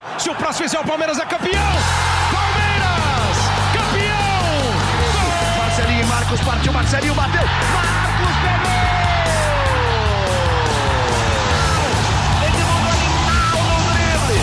Se o próximo fizer, o Palmeiras é campeão! Palmeiras! Campeão! Gol! Marcelinho e Marcos, partiu Marcelinho, bateu! Marcos pegou! Edmundo animal no drible!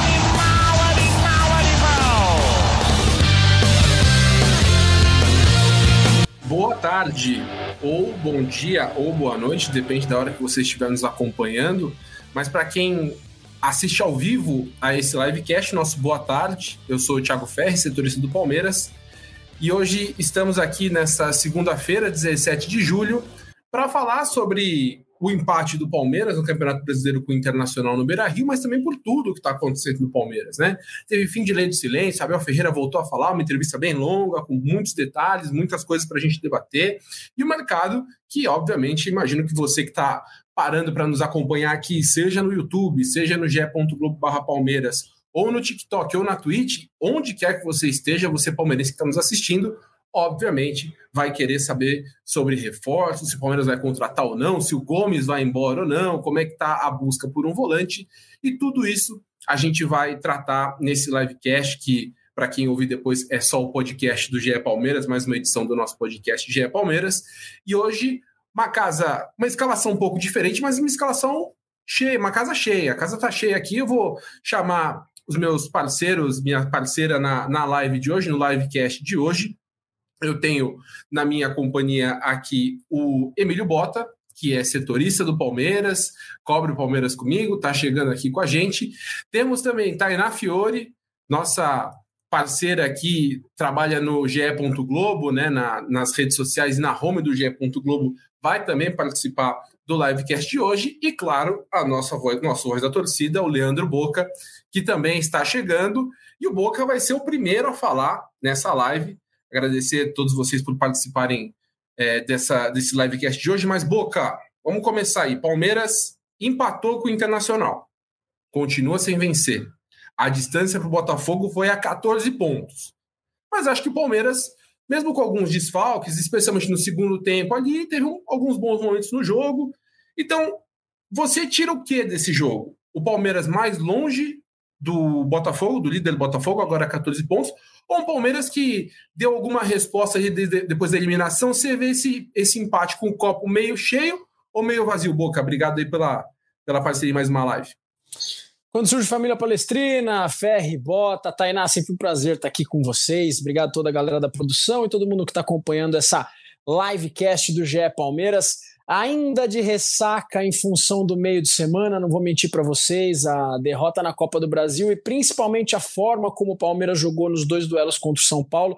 Animal! Boa tarde, ou bom dia, ou boa noite, depende da hora que você estiver nos acompanhando. Mas para quem assiste ao vivo a esse livecast, nosso boa tarde. Eu sou o Thiago Ferri, setorista do Palmeiras, e hoje estamos aqui nesta segunda-feira, 17 de julho, para falar sobre o empate do Palmeiras no Campeonato Brasileiro com o Internacional no Beira-Rio, mas também por tudo que está acontecendo no Palmeiras, né? Teve fim de lei de silêncio, Abel Ferreira voltou a falar, uma entrevista bem longa, com muitos detalhes, muitas coisas para a gente debater, e o mercado que, obviamente, imagino que você que está parando para nos acompanhar aqui, seja no YouTube, seja no ge.globo/Palmeiras, ou no TikTok, ou na Twitch, onde quer que você esteja, você palmeirense que está nos assistindo, obviamente vai querer saber sobre reforços, se o Palmeiras vai contratar ou não, se o Gomes vai embora ou não, como é que está a busca por um volante, e tudo isso a gente vai tratar nesse livecast, que para quem ouvir depois é só o podcast do GE Palmeiras, mais uma edição do nosso podcast GE Palmeiras, e hoje uma escalação um pouco diferente, mas uma escalação cheia, uma casa cheia. A casa está cheia aqui. Eu vou chamar os meus parceiros, minha parceira na live de hoje, no livecast de hoje. Eu tenho na minha companhia aqui o Emílio Bota, que é setorista do Palmeiras, cobre o Palmeiras comigo, está chegando aqui com a gente. Temos também Tainá Fiore, nossa parceira aqui, trabalha no ge.globo, né, nas redes sociais e na home do ge.globo, vai também participar do livecast de hoje. E, claro, a nossa voz da torcida, o Leandro Boca, que também está chegando. E o Boca vai ser o primeiro a falar nessa live. Agradecer a todos vocês por participarem desse livecast de hoje. Mas, Boca, vamos começar aí. Palmeiras empatou com o Internacional. Continua sem vencer. A distância para o Botafogo foi a 14 pontos. Mas acho que o Palmeiras, mesmo com alguns desfalques, especialmente no segundo tempo ali, teve alguns bons momentos no jogo. Então, você tira o que desse jogo? O Palmeiras mais longe do Botafogo, do líder do Botafogo, agora 14 pontos, ou um Palmeiras que deu alguma resposta depois da eliminação? Você vê esse empate com o copo meio cheio ou meio vazio? Boca, obrigado aí pela parceria em mais uma live. Quando surge Família Palestrina, Ferri, Bota, Tainá, sempre um prazer estar aqui com vocês. Obrigado a toda a galera da produção e todo mundo que está acompanhando essa livecast do GE Palmeiras. Ainda de ressaca em função do meio de semana, não vou mentir para vocês, a derrota na Copa do Brasil e principalmente a forma como o Palmeiras jogou nos 2 duelos contra o São Paulo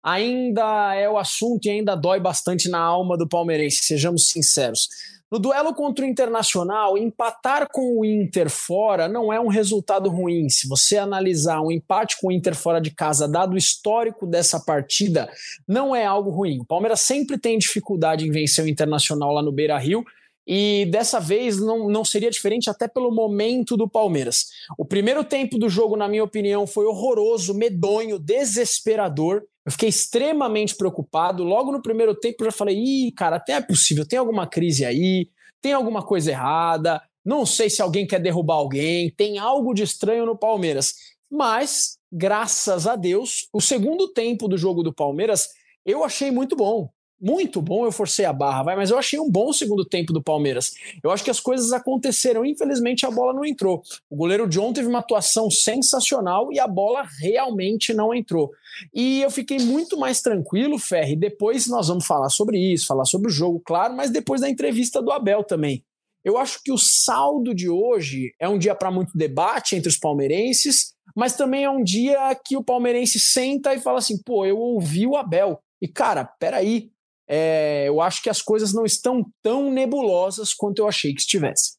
ainda é o assunto e ainda dói bastante na alma do palmeirense, sejamos sinceros. No duelo contra o Internacional, empatar com o Inter fora não é um resultado ruim. Se você analisar um empate com o Inter fora de casa, dado o histórico dessa partida, não é algo ruim. O Palmeiras sempre tem dificuldade em vencer o Internacional lá no Beira-Rio, e dessa vez não seria diferente até pelo momento do Palmeiras. O primeiro tempo do jogo, na minha opinião, foi horroroso, medonho, desesperador. Eu fiquei extremamente preocupado. Logo no primeiro tempo eu já falei, cara, até é possível, tem alguma crise aí, tem alguma coisa errada, não sei se alguém quer derrubar alguém, tem algo de estranho no Palmeiras. Mas, graças a Deus, o segundo tempo do jogo do Palmeiras eu achei muito bom. Muito bom, eu forcei a barra, mas eu achei um bom segundo tempo do Palmeiras. Eu acho que as coisas aconteceram, infelizmente a bola não entrou. O goleiro John teve uma atuação sensacional e a bola realmente não entrou. E eu fiquei muito mais tranquilo, Ferri, depois nós vamos falar sobre isso, falar sobre o jogo, claro, mas depois da entrevista do Abel também. Eu acho que o saldo de hoje é um dia para muito debate entre os palmeirenses, mas também é um dia que o palmeirense senta e fala assim, eu ouvi o Abel. E cara, peraí, eu acho que as coisas não estão tão nebulosas quanto eu achei que estivesse.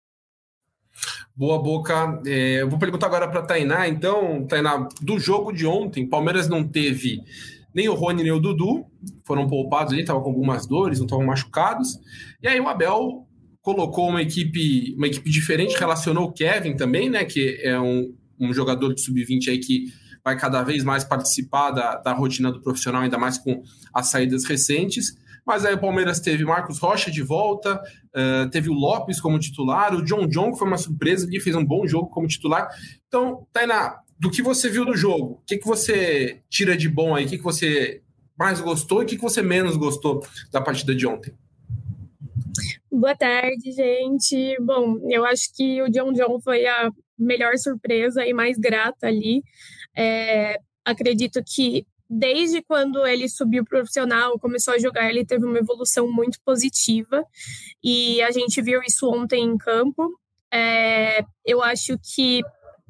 Boa, Boca. Eu vou perguntar agora para a Tainá. Então, Tainá, do jogo de ontem, Palmeiras não teve nem o Rony nem o Dudu, foram poupados ali, estavam com algumas dores, não estavam machucados. E aí o Abel colocou uma equipe diferente, relacionou o Kevin também, né, que é um jogador de sub-20 aí que vai cada vez mais participar da rotina do profissional, ainda mais com as saídas recentes. mas aí o Palmeiras teve Marcos Rocha de volta, teve o Lopes como titular, o John, que foi uma surpresa, que fez um bom jogo como titular. Então, Tainá, do que você viu do jogo, o que você tira de bom aí, o que você mais gostou e o que você menos gostou da partida de ontem? Boa tarde, gente. Bom, eu acho que o John foi a melhor surpresa e mais grata ali. Acredito que desde quando ele subiu profissional, começou a jogar, ele teve uma evolução muito positiva e a gente viu isso ontem em campo. Eu acho que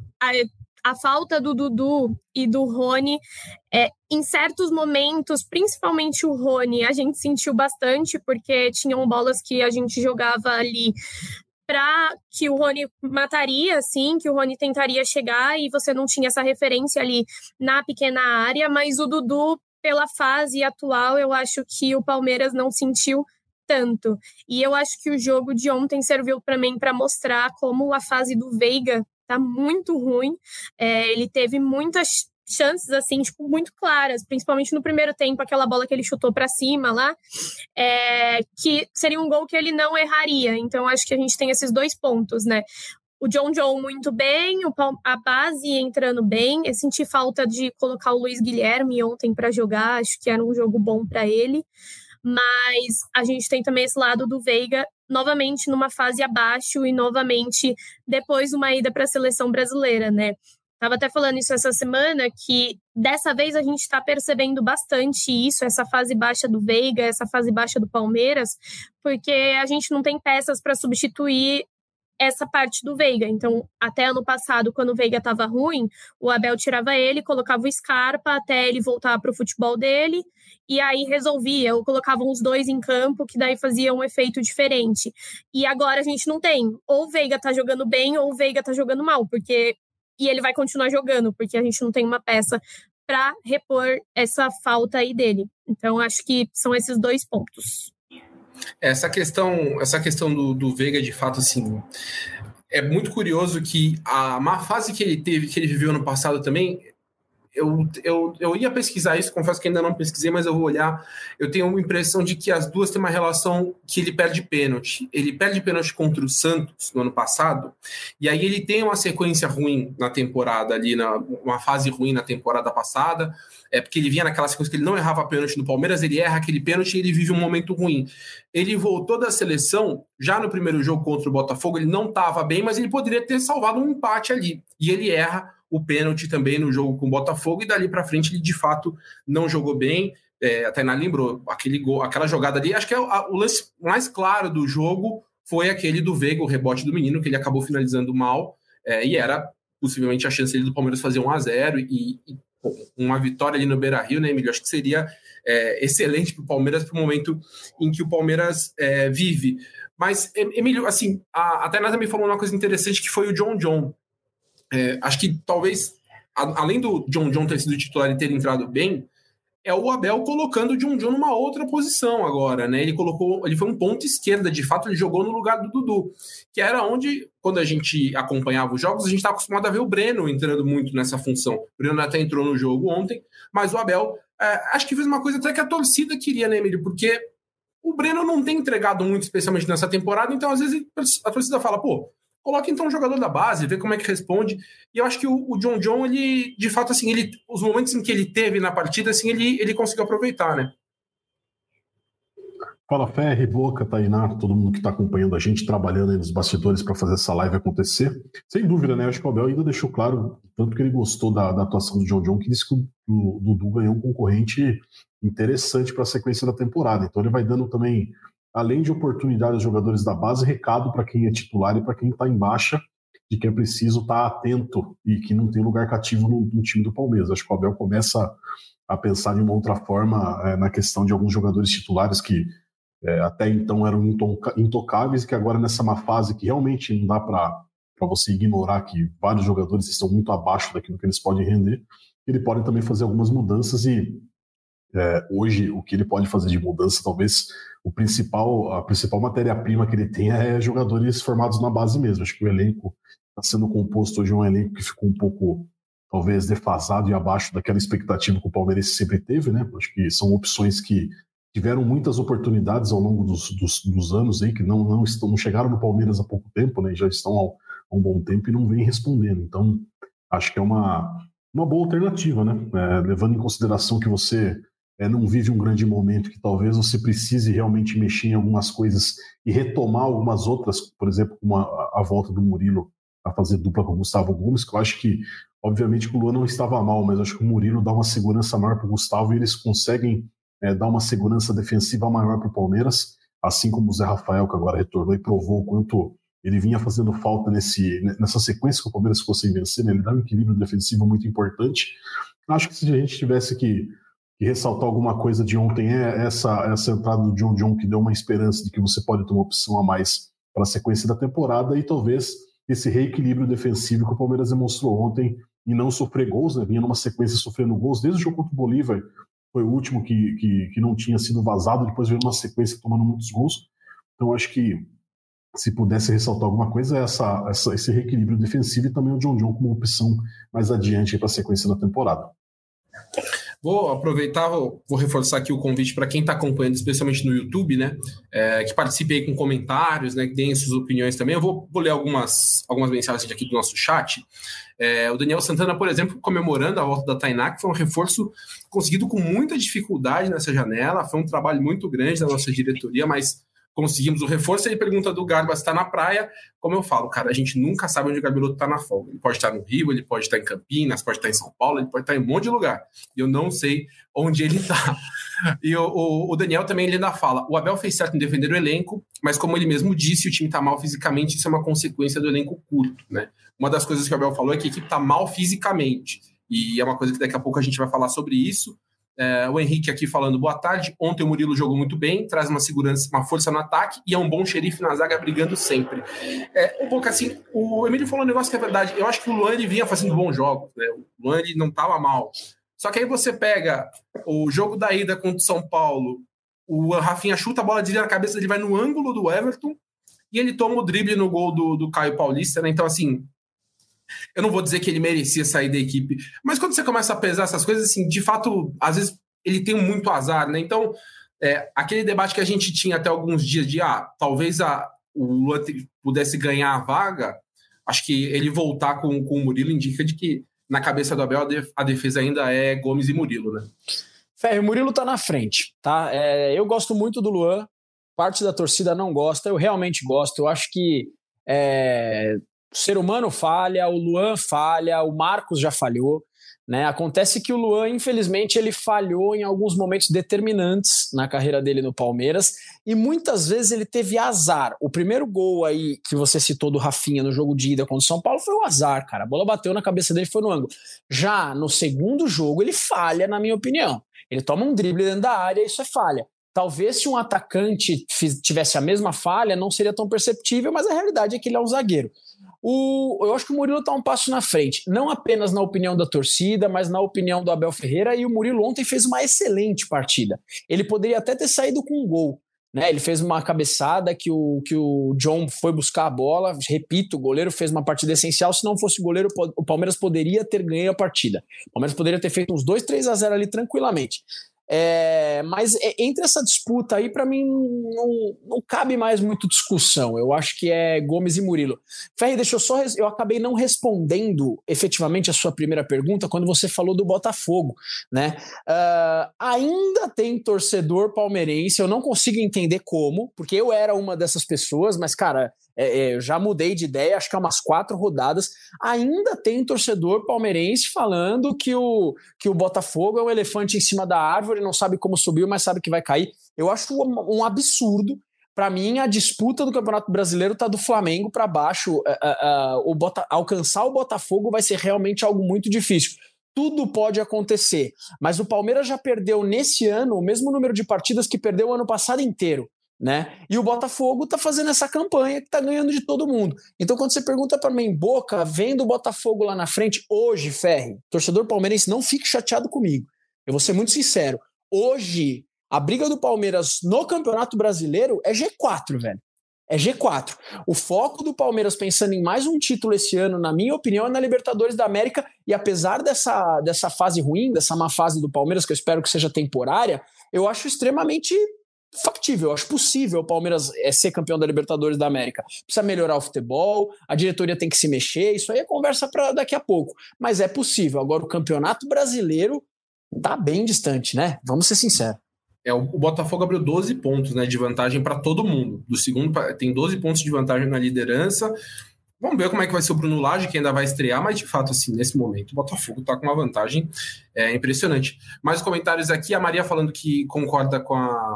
a falta do Dudu e do Rony, em certos momentos, principalmente o Rony, a gente sentiu bastante, porque tinham bolas que a gente jogava ali para que o Rony mataria, assim, que o Rony tentaria chegar e você não tinha essa referência ali na pequena área, mas o Dudu, pela fase atual, eu acho que o Palmeiras não sentiu tanto. E eu acho que o jogo de ontem serviu para mim para mostrar como a fase do Veiga tá muito ruim. Ele teve muitas chances, assim, tipo, muito claras, principalmente no primeiro tempo, aquela bola que ele chutou para cima lá, que seria um gol que ele não erraria. Então, acho que a gente tem esses dois pontos, né? O John muito bem, a base entrando bem. Eu senti falta de colocar o Luiz Guilherme ontem para jogar, acho que era um jogo bom para ele. Mas a gente tem também esse lado do Veiga, novamente numa fase abaixo e novamente depois uma ida para a seleção brasileira, né? Estava até falando isso essa semana, que dessa vez a gente está percebendo bastante isso, essa fase baixa do Veiga, essa fase baixa do Palmeiras, porque a gente não tem peças para substituir essa parte do Veiga. Então, até ano passado, quando o Veiga estava ruim, o Abel tirava ele, colocava o Scarpa até ele voltar para o futebol dele, e aí resolvia, ou colocavam os dois em campo, que daí fazia um efeito diferente. E agora a gente não tem. Ou o Veiga tá jogando bem, ou o Veiga tá jogando mal, e ele vai continuar jogando, porque a gente não tem uma peça para repor essa falta aí dele. Então, acho que são esses dois pontos. Essa questão do Veiga, de fato, assim, é muito curioso que a má fase que ele teve, que ele viveu no passado também, eu ia pesquisar isso, confesso que ainda não pesquisei, mas eu vou olhar. Eu tenho uma impressão de que as duas têm uma relação que ele perde pênalti. Ele perde pênalti contra o Santos no ano passado, e aí ele tem uma sequência ruim na temporada ali, uma fase ruim na temporada passada, porque ele vinha naquela sequência que ele não errava pênalti no Palmeiras, ele erra aquele pênalti e ele vive um momento ruim. Ele voltou da seleção, já no primeiro jogo contra o Botafogo, ele não estava bem, mas ele poderia ter salvado um empate ali, e ele erra o pênalti também no jogo com o Botafogo, e dali para frente ele de fato não jogou bem. A Tainá lembrou aquele gol, aquela jogada ali, acho que o lance mais claro do jogo foi aquele do Veiga, o rebote do menino, que ele acabou finalizando mal, e era possivelmente a chance do Palmeiras fazer 1-0 e uma vitória ali no Beira-Rio, né, Emílio? Acho que seria excelente para o Palmeiras, para o momento em que o Palmeiras vive. Mas, Emílio, assim, a Tainá também falou uma coisa interessante, que foi o John. Acho que talvez, além do John ter sido titular e ter entrado bem, é o Abel colocando o John numa outra posição agora, né? Ele foi um ponto esquerda, de fato ele jogou no lugar do Dudu, que era onde, quando a gente acompanhava os jogos, a gente estava acostumado a ver o Breno entrando muito nessa função. O Breno até entrou no jogo ontem, mas o Abel acho que fez uma coisa até que a torcida queria, né, Emílio? Porque o Breno não tem entregado muito, especialmente nessa temporada, então às vezes a torcida fala, coloca então um jogador da base, vê como é que responde. E eu acho que o John, ele, de fato, assim, os momentos em que ele teve na partida, assim, ele conseguiu aproveitar, né? Fala, Ferri, Boca, Tainá, todo mundo que está acompanhando a gente, trabalhando aí nos bastidores para fazer essa live acontecer. Sem dúvida, né? Acho que o Abel ainda deixou claro, tanto que ele gostou da atuação do John, que disse que o Dudu ganhou um concorrente interessante para a sequência da temporada. Então ele vai dando também, além de oportunidade aos jogadores da base, recado para quem é titular e para quem está em baixa, de que é preciso estar atento e que não tem lugar cativo no time do Palmeiras. Acho que o Abel começa a pensar de uma outra forma na questão de alguns jogadores titulares que até então eram intocáveis e que agora nessa má fase que realmente não dá para você ignorar que vários jogadores estão muito abaixo daquilo que eles podem render, ele pode também fazer algumas mudanças e hoje o que ele pode fazer de mudança, talvez a principal matéria-prima que ele tem é jogadores formados na base mesmo. Acho que o elenco está sendo composto hoje um elenco que ficou um pouco talvez defasado e abaixo daquela expectativa que o Palmeiras sempre teve, né? Acho que são opções que tiveram muitas oportunidades ao longo dos anos aí, que não chegaram no Palmeiras há pouco tempo, né? Já estão há um bom tempo e não vêm respondendo. Então, acho que é uma boa alternativa, né? Levando em consideração que você não vive um grande momento, que talvez você precise realmente mexer em algumas coisas e retomar algumas outras, por exemplo, como a volta do Murilo a fazer dupla com o Gustavo Gomes, que eu acho que, obviamente, que o Luan não estava mal, mas acho que o Murilo dá uma segurança maior para o Gustavo e eles conseguem dar uma segurança defensiva maior para o Palmeiras, assim como o Zé Rafael, que agora retornou e provou o quanto ele vinha fazendo falta nessa sequência que o Palmeiras ficou sem vencer, né? Ele dá um equilíbrio defensivo muito importante. Acho que se a gente tivesse que ressaltar alguma coisa de ontem, essa entrada do John, que deu uma esperança de que você pode ter uma opção a mais para a sequência da temporada, e talvez esse reequilíbrio defensivo que o Palmeiras demonstrou ontem e não sofrer gols, né? Vinha numa sequência sofrendo gols, desde o jogo contra o Bolívar, foi o último que não tinha sido vazado, depois veio uma sequência tomando muitos gols. Então acho que se pudesse ressaltar alguma coisa, esse reequilíbrio defensivo e também o John como opção mais adiante para a sequência da temporada. Vou aproveitar, vou reforçar aqui o convite para quem está acompanhando, especialmente no YouTube, né? Que participe aí com comentários, né? Que deem suas opiniões também. Eu vou ler algumas mensagens aqui do nosso chat. O Daniel Santana, por exemplo, comemorando a volta da Tainá, que foi um reforço conseguido com muita dificuldade nessa janela. Foi um trabalho muito grande da nossa diretoria, mas conseguimos o reforço. Ele pergunta do Garba se está na praia. Como eu falo, cara, a gente nunca sabe onde o Gabiloto está na folga. Ele pode estar no Rio, ele pode estar em Campinas, pode estar em São Paulo, ele pode estar em um monte de lugar. E eu não sei onde ele está. E o Daniel também, ele ainda fala, o Abel fez certo em defender o elenco, mas como ele mesmo disse, o time está mal fisicamente, isso é uma consequência do elenco curto, né? Uma das coisas que o Abel falou é que a equipe está mal fisicamente. E é uma coisa que daqui a pouco a gente vai falar sobre isso. O Henrique aqui falando, boa tarde, ontem o Murilo jogou muito bem, traz uma segurança, uma força no ataque e é um bom xerife na zaga brigando sempre. Um pouco assim, o Emílio falou um negócio que é verdade, eu acho que o Luan ele vinha fazendo bons jogos, né? O Luan ele não estava mal, só que aí você pega o jogo da ida contra o São Paulo, o Rafinha chuta a bola de na cabeça, ele vai no ângulo do Everton e ele toma o drible no gol do Caio Paulista, né? Então assim, eu não vou dizer que ele merecia sair da equipe, mas quando você começa a pesar essas coisas, assim, de fato, às vezes ele tem muito azar, né? Então, aquele debate que a gente tinha até alguns dias de, talvez o Luan pudesse ganhar a vaga, acho que ele voltar com o Murilo indica de que na cabeça do Abel a defesa ainda é Gomes e Murilo, né? Ferre, o Murilo tá na frente, tá? Eu gosto muito do Luan, parte da torcida não gosta, eu realmente gosto, eu acho que o ser humano falha, o Luan falha, o Marcos já falhou, né? Acontece que o Luan, infelizmente, ele falhou em alguns momentos determinantes na carreira dele no Palmeiras e muitas vezes ele teve azar. O primeiro gol aí que você citou do Rafinha no jogo de ida contra o São Paulo foi um azar, cara. A bola bateu na cabeça dele e foi no ângulo. Já no segundo jogo ele falha, na minha opinião. Ele toma um drible dentro da área e isso é falha. Talvez se um atacante tivesse a mesma falha não seria tão perceptível, mas a realidade é que ele é um zagueiro. Eu acho que o Murilo está um passo na frente, não apenas na opinião da torcida, mas na opinião do Abel Ferreira, e o Murilo ontem fez uma excelente partida. Ele poderia até ter saído com um gol, né? Ele fez uma cabeçada que o John foi buscar a bola, repito, o goleiro fez uma partida essencial, se não fosse o goleiro, o Palmeiras poderia ter ganho a partida. O Palmeiras poderia ter feito uns 2-3-0 ali tranquilamente. Mas entre essa disputa aí, para mim, não cabe mais muito discussão. Eu acho que é Gomes e Murilo. Ferri, eu acabei não respondendo efetivamente a sua primeira pergunta quando você falou do Botafogo, né? Ainda tem torcedor palmeirense, eu não consigo entender como, porque eu era uma dessas pessoas, mas, cara, eu já mudei de ideia, acho que há umas 4 rodadas, ainda tem torcedor palmeirense falando que o Botafogo é um elefante em cima da árvore, não sabe como subiu, mas sabe que vai cair. Eu acho um absurdo. Para mim, a disputa do Campeonato Brasileiro tá do Flamengo para baixo. Alcançar o Botafogo vai ser realmente algo muito difícil. Tudo pode acontecer, mas o Palmeiras já perdeu nesse ano o mesmo número de partidas que perdeu o ano passado inteiro, né? E o Botafogo tá fazendo essa campanha que tá ganhando de todo mundo. Então, quando você pergunta para mim, Boca, vendo o Botafogo lá na frente, hoje, Ferri, torcedor palmeirense, não fique chateado comigo. Eu vou ser muito sincero. Hoje, a briga do Palmeiras no Campeonato Brasileiro é G4, velho. É G4. O foco do Palmeiras pensando em mais um título esse ano, na minha opinião, é na Libertadores da América E apesar dessa fase ruim, dessa má fase do Palmeiras, que eu espero que seja temporária, eu acho extremamente factível, eu acho possível o Palmeiras ser campeão da Libertadores da América. Precisa melhorar o futebol, a diretoria tem que se mexer, isso aí é conversa para daqui a pouco. Mas é possível. Agora o Campeonato Brasileiro tá bem distante, né? Vamos ser sinceros. O Botafogo abriu 12 pontos, né, de vantagem para todo mundo. Do segundo tem 12 pontos de vantagem na liderança. Vamos ver como é que vai ser o Bruno Lage, que ainda vai estrear, mas de fato, assim, nesse momento, o Botafogo está com uma vantagem impressionante. Mais comentários aqui, a Maria falando que concorda com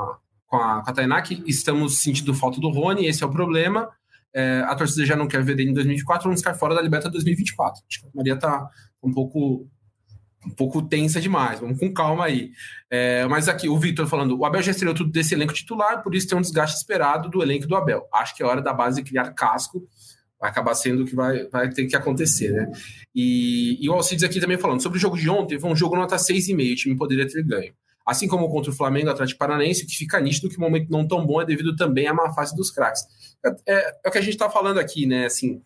a Tainá, que estamos sentindo falta do Rony, esse é o problema. A torcida já não quer ver dele em 2024, vamos ficar fora da Libertadores 2024. Acho que a Maria está um pouco tensa demais, vamos com calma aí. Mas aqui, o Vitor falando, o Abel já estreou tudo desse elenco titular, por isso tem um desgaste esperado do elenco do Abel. Acho que é hora da base criar casco, vai acabar sendo o que vai ter que acontecer, né? E o Alcides aqui também falando, sobre o jogo de ontem, foi um jogo nota 6,5, o time poderia ter ganho. Assim como contra o Flamengo, Atlético Paranaense, o que fica nítido que o momento não tão bom é devido também à má fase dos craques. É o que a gente está falando aqui, né? Assim,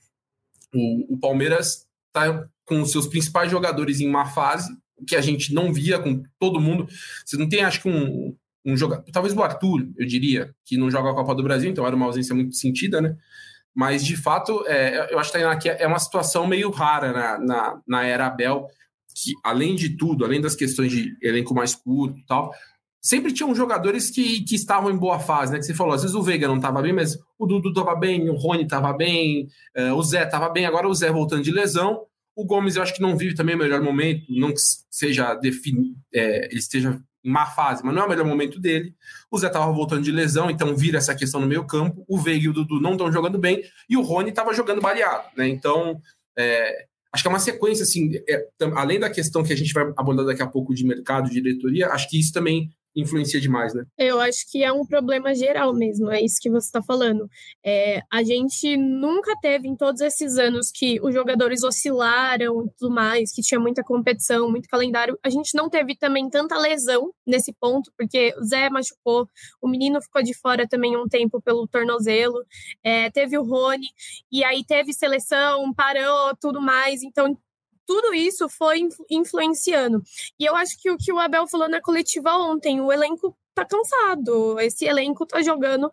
o Palmeiras está com os seus principais jogadores em má fase, que a gente não via com todo mundo. Você não tem, acho que um jogador... Talvez o Arthur, eu diria, que não joga a Copa do Brasil, então era uma ausência muito sentida, né? Mas, de fato, eu acho que é uma situação meio rara na era Abel, que, além de tudo, além das questões de elenco mais curto e tal, sempre tinham jogadores que estavam em boa fase, né? Que você falou, às vezes o Veiga não estava bem, mas o Dudu estava bem, o Rony estava bem, o Zé estava bem, agora o Zé voltando de lesão. O Gomes, eu acho que não vive também o melhor momento, não que seja ele esteja em má fase, mas não é o melhor momento dele. O Zé estava voltando de lesão, então vira essa questão no meio campo. O Veiga e o Dudu não estão jogando bem, e o Rony estava jogando baleado, né? Então, acho que é uma sequência, assim, além da questão que a gente vai abordar daqui a pouco de mercado, de diretoria, acho que isso também influencia demais, né? Eu acho que é um problema geral mesmo, é isso que você está falando. A gente nunca teve, em todos esses anos que os jogadores oscilaram e tudo mais, que tinha muita competição, muito calendário, a gente não teve também tanta lesão nesse ponto, porque o Zé machucou, o menino ficou de fora também um tempo pelo tornozelo, teve o Rony, e aí teve seleção, parou, tudo mais, então tudo isso foi influenciando. E eu acho que o que o Abel falou na coletiva ontem, o elenco tá cansado. Esse elenco tá jogando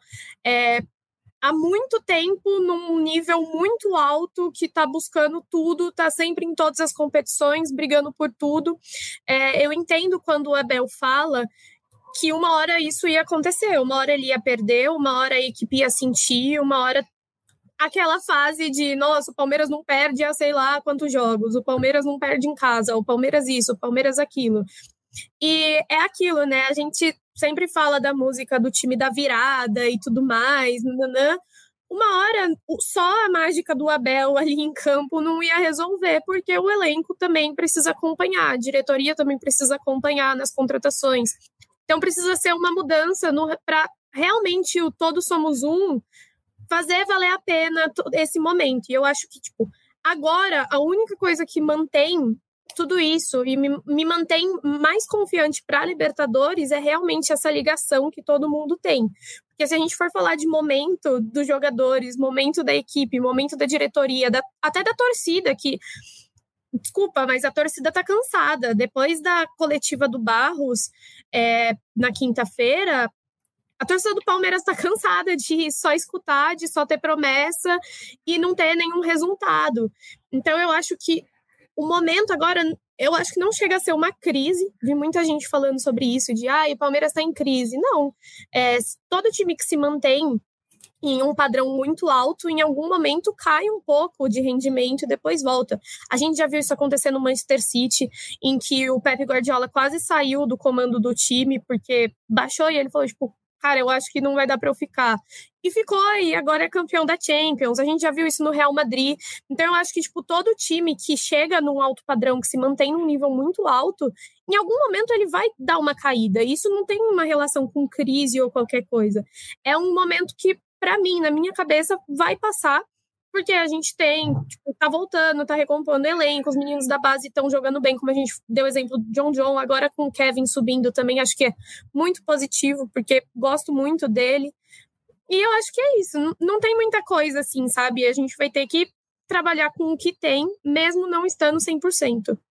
há muito tempo num nível muito alto, que tá buscando tudo, tá sempre em todas as competições, brigando por tudo. Eu entendo quando o Abel fala que uma hora isso ia acontecer, uma hora ele ia perder, uma hora a equipe ia sentir, uma hora... Aquela fase de, nossa, o Palmeiras não perde há sei lá quantos jogos, o Palmeiras não perde em casa, o Palmeiras isso, o Palmeiras aquilo. E é aquilo, né? A gente sempre fala da música do time da virada e tudo mais, nananã. Uma hora, só a mágica do Abel ali em campo não ia resolver, porque o elenco também precisa acompanhar, a diretoria também precisa acompanhar nas contratações. Então precisa ser uma mudança para realmente o Todos Somos Um fazer valer a pena esse momento. E eu acho que, agora a única coisa que mantém tudo isso e me mantém mais confiante para a Libertadores é realmente essa ligação que todo mundo tem. Porque se a gente for falar de momento dos jogadores, momento da equipe, momento da diretoria, até da torcida, que... Desculpa, mas a torcida tá cansada. Depois da coletiva do Barros, na quinta-feira, a torcida do Palmeiras está cansada de só escutar, de só ter promessa e não ter nenhum resultado. Então, eu acho que o momento agora, eu acho que não chega a ser uma crise. Vi muita gente falando sobre isso, de o Palmeiras está em crise. Não. Todo time que se mantém em um padrão muito alto, em algum momento cai um pouco de rendimento e depois volta. A gente já viu isso acontecer no Manchester City, em que o Pep Guardiola quase saiu do comando do time, porque baixou e ele falou, cara, eu acho que não vai dar para eu ficar. E ficou, e agora é campeão da Champions. A gente já viu isso no Real Madrid. Então eu acho que, todo time que chega num alto padrão, que se mantém num nível muito alto, em algum momento ele vai dar uma caída. Isso não tem uma relação com crise ou qualquer coisa. É um momento que, para mim, na minha cabeça, vai passar, porque a gente tá voltando, tá recompondo elenco, os meninos da base estão jogando bem, como a gente deu exemplo do John, agora com o Kevin subindo também, acho que é muito positivo, porque gosto muito dele. E eu acho que é isso, não tem muita coisa assim, sabe? A gente vai ter que trabalhar com o que tem, mesmo não estando 100%.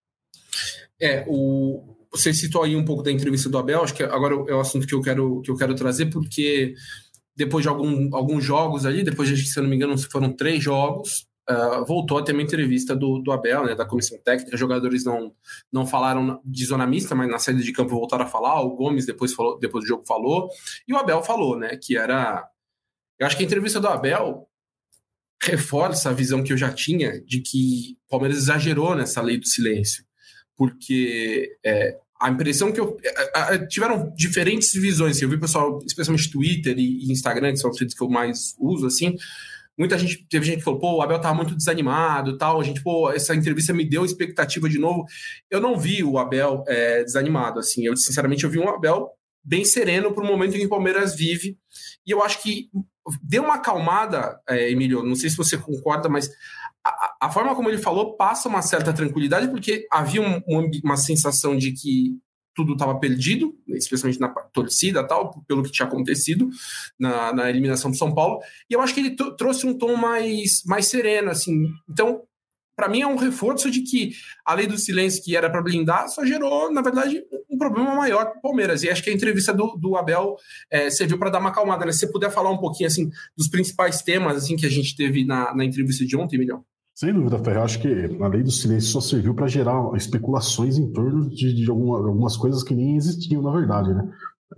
Você citou aí um pouco da entrevista do Abel, acho que agora é o assunto que eu quero trazer, porque depois de alguns jogos ali, depois de, se eu não me engano, foram 3 jogos, voltou a ter uma entrevista do Abel, né, da comissão técnica. Jogadores não falaram de zona mista, mas na saída de campo voltaram a falar. O Gomes depois do jogo falou, e o Abel falou, né, que era... Eu acho que a entrevista do Abel reforça a visão que eu já tinha de que o Palmeiras exagerou nessa lei do silêncio, porque a impressão que tiveram diferentes visões. Eu vi o pessoal, especialmente Twitter e Instagram, que são os redes que eu mais uso, assim, teve gente que falou, o Abel estava muito desanimado, tal, essa entrevista me deu expectativa de novo. Eu não vi o Abel desanimado, assim, sinceramente eu vi um Abel bem sereno para o momento em que o Palmeiras vive, e eu acho que deu uma acalmada, Emílio, não sei se você concorda, mas a forma como ele falou passa uma certa tranquilidade, porque havia uma sensação de que tudo estava perdido, especialmente na torcida tal, pelo que tinha acontecido na eliminação do São Paulo, e eu acho que ele trouxe um tom mais sereno, assim. Então, para mim é um reforço de que a lei do silêncio, que era para blindar, só gerou, na verdade, um problema maior para o Palmeiras. E acho que a entrevista do Abel serviu para dar uma acalmada, né? Se você puder falar um pouquinho, assim, dos principais temas, assim, que a gente teve na entrevista de ontem, Emílio. Sem dúvida, Ferreira. Acho que a lei do silêncio só serviu para gerar especulações em torno de algumas coisas que nem existiam, na verdade, né?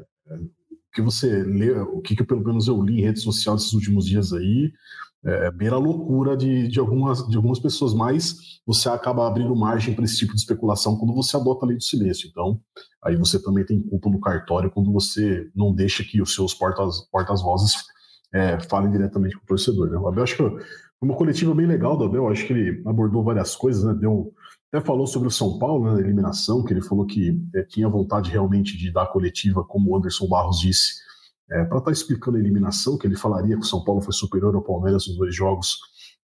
O que você lê, o que pelo menos eu li em rede social esses últimos dias aí, beira a loucura de algumas pessoas, mas você acaba abrindo margem para esse tipo de especulação quando você adota a lei do silêncio. Então, aí você também tem culpa no cartório quando você não deixa que os seus portas-vozes falem diretamente com o torcedor, né? O Abel, acho que foi uma coletiva bem legal do Abel, acho que ele abordou várias coisas, né? Até falou sobre o São Paulo, né, na eliminação, que ele falou que tinha vontade realmente de dar a coletiva, como o Anderson Barros disse, para estar explicando a eliminação, que ele falaria que o São Paulo foi superior ao Palmeiras nos 2 jogos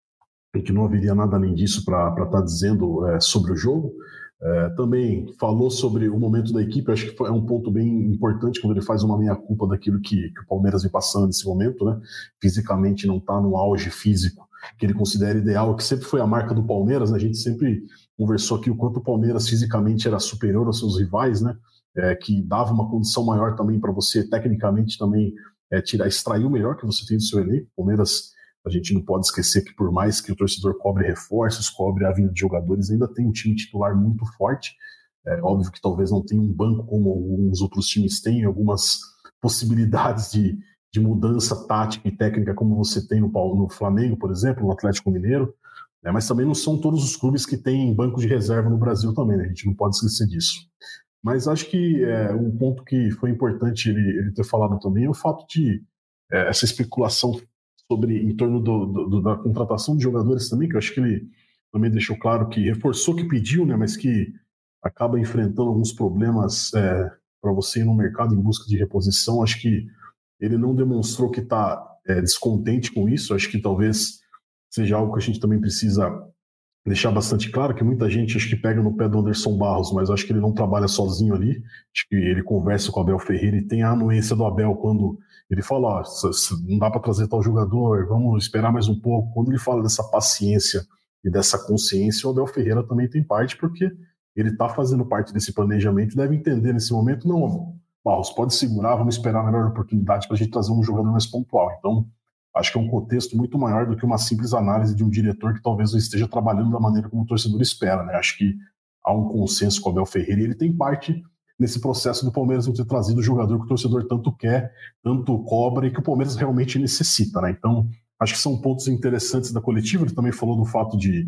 e que não haveria nada além disso para estar dizendo sobre o jogo. Também falou sobre o momento da equipe. Acho que é um ponto bem importante quando ele faz uma meia-culpa daquilo que o Palmeiras vem passando nesse momento, né? Fisicamente não está no auge físico que ele considera ideal, que sempre foi a marca do Palmeiras, né? A gente sempre conversou aqui o quanto o Palmeiras fisicamente era superior aos seus rivais, né? Que dava uma condição maior também para você, tecnicamente, também extrair o melhor que você tem do seu elenco. O Palmeiras, a gente não pode esquecer que por mais que o torcedor cobre reforços, cobre a vinda de jogadores, ainda tem um time titular muito forte. Óbvio que talvez não tenha um banco como alguns outros times têm, algumas possibilidades de mudança tática e técnica como você tem no Flamengo, por exemplo, no Atlético Mineiro, mas também não são todos os clubes que têm banco de reserva no Brasil também, né? A gente não pode esquecer disso. Mas acho que um ponto que foi importante ele ter falado também é o fato de essa especulação em torno da contratação de jogadores também, que eu acho que ele também deixou claro que reforçou que pediu, né, mas que acaba enfrentando alguns problemas para você ir no mercado em busca de reposição. Acho que ele não demonstrou que está descontente com isso. Acho que talvez seja algo que a gente também precisa deixar bastante claro, que muita gente acho que pega no pé do Anderson Barros, mas acho que ele não trabalha sozinho ali. Acho que ele conversa com o Abel Ferreira e tem a anuência do Abel quando ele fala, não dá para trazer tal jogador, vamos esperar mais um pouco. Quando ele fala dessa paciência e dessa consciência, o Abel Ferreira também tem parte, porque ele está fazendo parte desse planejamento e deve entender nesse momento, não, Barros, pode segurar, vamos esperar a melhor oportunidade para a gente trazer um jogador mais pontual. Então, acho que é um contexto muito maior do que uma simples análise de um diretor que talvez não esteja trabalhando da maneira como o torcedor espera, né? Acho que há um consenso com o Abel Ferreira e ele tem parte nesse processo do Palmeiras não ter trazido o jogador que o torcedor tanto quer, tanto cobra e que o Palmeiras realmente necessita, né? Então, acho que são pontos interessantes da coletiva. Ele também falou do fato de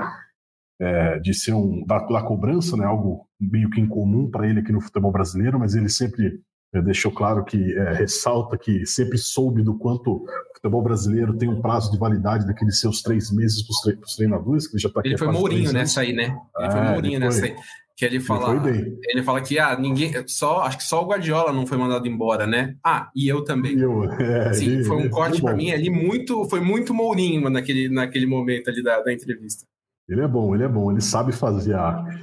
ser da cobrança, né? Algo meio que incomum para ele aqui no futebol brasileiro, mas ele sempre deixou claro que ressalta que sempre soube do quanto o futebol brasileiro tem um prazo de validade daqueles seus 3 meses para os treinadores, que ele já está aqui. Ele foi Mourinho nessa aí, né? Ele foi Mourinho nessa aí. Que ele fala que acho que só o Guardiola não foi mandado embora, né? E eu também. Sim, foi um corte para mim ali foi muito Mourinho naquele momento ali da entrevista. Ele é bom, ele sabe fazer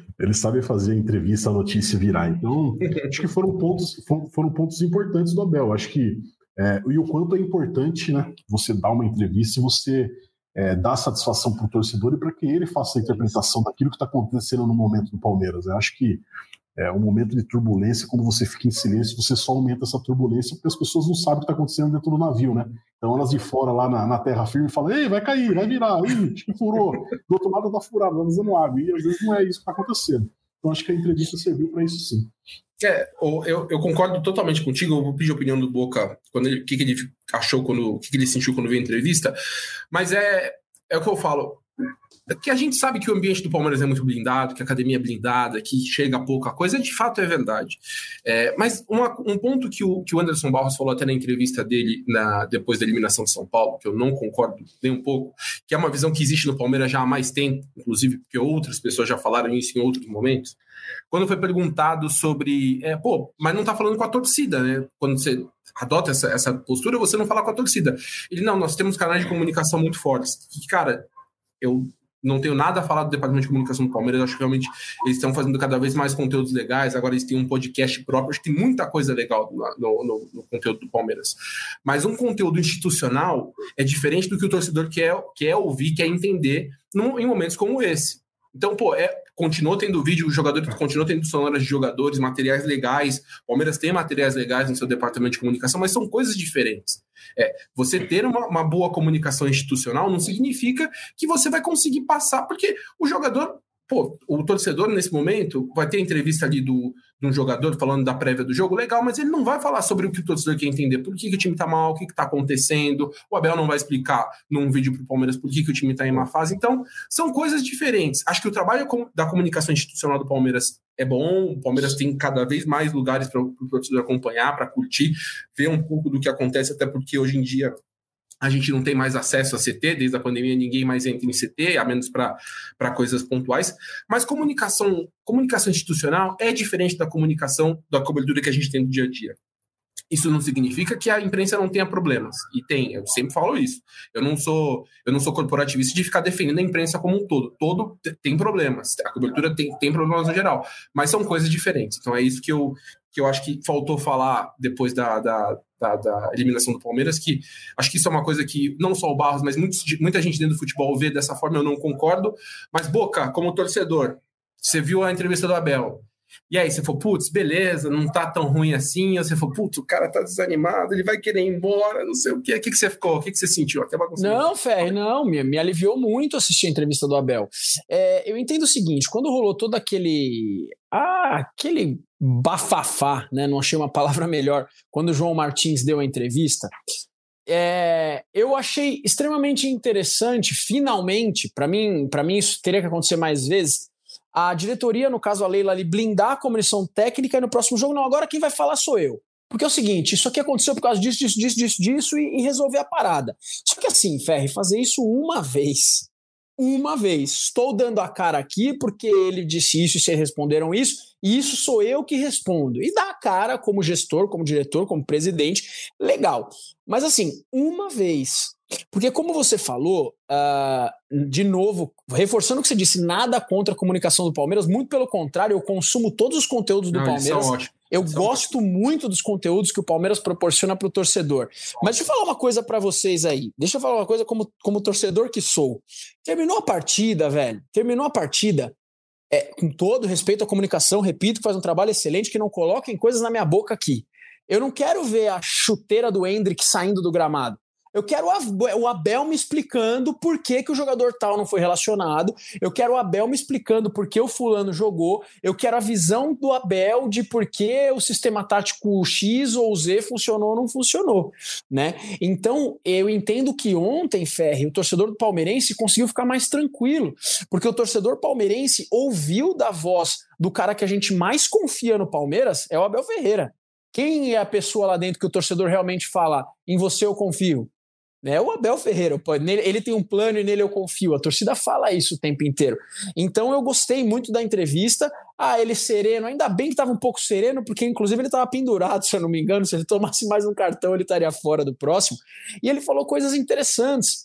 a entrevista, a notícia virar. Então, acho que foram pontos importantes do Abel. Acho que e o quanto é importante, né, você dar uma entrevista e você dar satisfação para o torcedor e para que ele faça a interpretação daquilo que está acontecendo no momento do Palmeiras. Eu acho que um momento de turbulência, quando você fica em silêncio, você só aumenta essa turbulência, porque as pessoas não sabem o que está acontecendo dentro do navio, né? Então elas de fora, lá na terra firme, falam: ei, vai cair, vai virar, acho que furou, do outro lado está furado, está dando água, e às vezes não é isso que está acontecendo. Então acho que a entrevista serviu para isso, sim. Eu concordo totalmente contigo. Eu vou pedir a opinião do Boca, o que ele achou, o que ele sentiu quando viu a entrevista, mas é o que eu falo. Que a gente sabe que o ambiente do Palmeiras é muito blindado, que a academia é blindada, que chega pouca coisa, de fato é verdade. Mas um ponto que o Anderson Barros falou até na entrevista dele depois da eliminação de São Paulo, que eu não concordo nem um pouco, que é uma visão que existe no Palmeiras já há mais tempo, inclusive porque outras pessoas já falaram isso em outros momentos, quando foi perguntado sobre, mas não tá falando com a torcida, né? Quando você adota essa postura, você não fala com a torcida. Ele, não, nós temos canais de comunicação muito fortes. E, cara, eu não tenho nada a falar do departamento de comunicação do Palmeiras, acho que realmente eles estão fazendo cada vez mais conteúdos legais, agora eles têm um podcast próprio, acho que tem muita coisa legal no conteúdo do Palmeiras. Mas um conteúdo institucional é diferente do que o torcedor quer ouvir, quer entender em momentos como esse. Então, continuou tendo vídeo, o jogador continuou tendo sonoras de jogadores, materiais legais, o Palmeiras tem materiais legais no seu departamento de comunicação, mas são coisas diferentes. Você ter uma boa comunicação institucional não significa que você vai conseguir passar, porque o jogador, o torcedor nesse momento vai ter entrevista ali de um jogador falando da prévia do jogo, legal, mas ele não vai falar sobre o que o torcedor quer entender, por que o time tá mal, o que tá acontecendo, o Abel não vai explicar num vídeo pro Palmeiras por que o time tá em má fase, então são coisas diferentes. Acho que o trabalho da comunicação institucional do Palmeiras é bom, o Palmeiras tem cada vez mais lugares para o torcedor acompanhar, para curtir, ver um pouco do que acontece, até porque hoje em dia a gente não tem mais acesso a CT, desde a pandemia ninguém mais entra em CT, a menos para coisas pontuais, mas comunicação institucional é diferente da cobertura que a gente tem no dia a dia. Isso não significa que a imprensa não tenha problemas, e tem, eu sempre falo isso. Eu não sou corporativista de ficar defendendo a imprensa como um todo tem problemas, a cobertura tem problemas no geral, mas são coisas diferentes, então é isso que eu acho que faltou falar depois da eliminação do Palmeiras, que acho que isso é uma coisa que não só o Barros, mas muita gente dentro do futebol vê dessa forma, eu não concordo, mas Boca, como torcedor, você viu a entrevista do Abel, e aí você falou, putz, beleza, não tá tão ruim assim, ou você falou, putz, o cara tá desanimado, ele vai querer ir embora, não sei o quê, o que você ficou, o que você sentiu? Até não, Ferri, não, me aliviou muito assistir a entrevista do Abel. Eu entendo o seguinte, quando rolou todo aquele bafafá, né, não achei uma palavra melhor, quando o João Martins deu a entrevista, eu achei extremamente interessante, finalmente, para mim isso teria que acontecer mais vezes, a diretoria, no caso a Leila, ali, blindar a comissão técnica e no próximo jogo, não, agora quem vai falar sou eu. Porque é o seguinte, isso aqui aconteceu por causa disso e resolver a parada. Só que assim, Ferri, fazer isso uma vez, estou dando a cara aqui porque ele disse isso e vocês responderam isso, e isso sou eu que respondo. E dar a cara como gestor, como diretor, como presidente, legal. Mas assim, uma vez. Porque como você falou, de novo, reforçando o que você disse, nada contra a comunicação do Palmeiras, muito pelo contrário, eu consumo todos os conteúdos do Palmeiras. Eu gosto muito dos conteúdos que o Palmeiras proporciona para o torcedor. Mas deixa eu falar uma coisa para vocês aí. Deixa eu falar uma coisa como torcedor que sou. Terminou a partida, velho. Com todo respeito à comunicação, repito, que faz um trabalho excelente, que não coloquem coisas na minha boca aqui. Eu não quero ver a chuteira do Endrick saindo do gramado. Eu quero o Abel me explicando por que o jogador tal não foi relacionado. Eu quero o Abel me explicando por que o fulano jogou. Eu quero a visão do Abel de por que o sistema tático X ou Z funcionou ou não funcionou, né? Então, eu entendo que ontem, Ferri, o torcedor do palmeirense conseguiu ficar mais tranquilo, porque o torcedor palmeirense ouviu da voz do cara que a gente mais confia no Palmeiras, é o Abel Ferreira. Quem é a pessoa lá dentro que o torcedor realmente fala, em você eu confio? É o Abel Ferreira, ele tem um plano e nele eu confio, a torcida fala isso o tempo inteiro. Então eu gostei muito da entrevista, ele sereno, ainda bem que estava um pouco sereno, porque inclusive ele estava pendurado, se eu não me engano, se ele tomasse mais um cartão ele estaria fora do próximo, e ele falou coisas interessantes.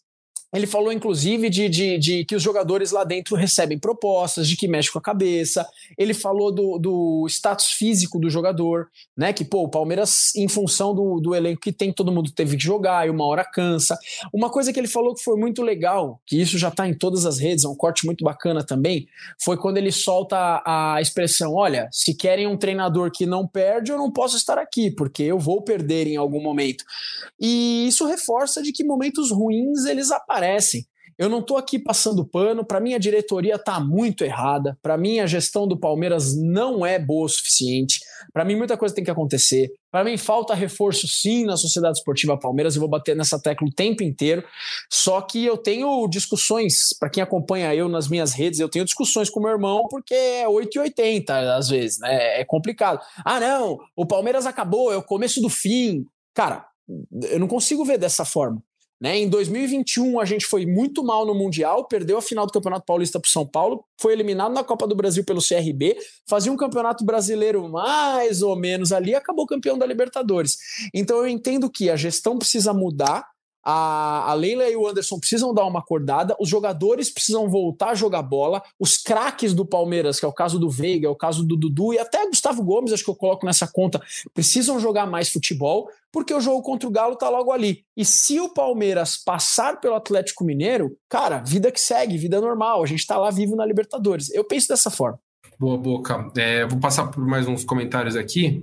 Ele falou, inclusive, de que os jogadores lá dentro recebem propostas, de que mexe com a cabeça. Ele falou do status físico do jogador, né? Que, o Palmeiras, em função do elenco que tem, todo mundo teve que jogar e uma hora cansa. Uma coisa que ele falou que foi muito legal, que isso já está em todas as redes, é um corte muito bacana também, foi quando ele solta a expressão, olha, se querem um treinador que não perde, eu não posso estar aqui, porque eu vou perder em algum momento. E isso reforça de que momentos ruins eles aparecem. Eu não estou aqui passando pano, para mim a diretoria está muito errada, para mim a gestão do Palmeiras não é boa o suficiente, para mim muita coisa tem que acontecer, para mim falta reforço sim na Sociedade Esportiva Palmeiras, eu vou bater nessa tecla o tempo inteiro, só que eu tenho discussões, para quem acompanha eu nas minhas redes, eu tenho discussões com meu irmão porque é 8,80 às vezes, né? É complicado. Ah não, o Palmeiras acabou, é o começo do fim. Cara, eu não consigo ver dessa forma. Né? Em 2021 a gente foi muito mal no Mundial, perdeu a final do Campeonato Paulista para o São Paulo, foi eliminado na Copa do Brasil pelo CRB, fazia um Campeonato Brasileiro mais ou menos ali, acabou campeão da Libertadores. Então eu entendo que a gestão precisa mudar, a Leila e o Anderson precisam dar uma acordada, os jogadores precisam voltar a jogar bola, os craques do Palmeiras, que é o caso do Veiga, é o caso do Dudu e até Gustavo Gomes, acho que eu coloco nessa conta, precisam jogar mais futebol, porque o jogo contra o Galo tá logo ali. E se o Palmeiras passar pelo Atlético Mineiro, cara, vida que segue, vida normal, a gente tá lá vivo na Libertadores. Eu penso dessa forma. Boa, Boca. Vou passar por mais uns comentários aqui.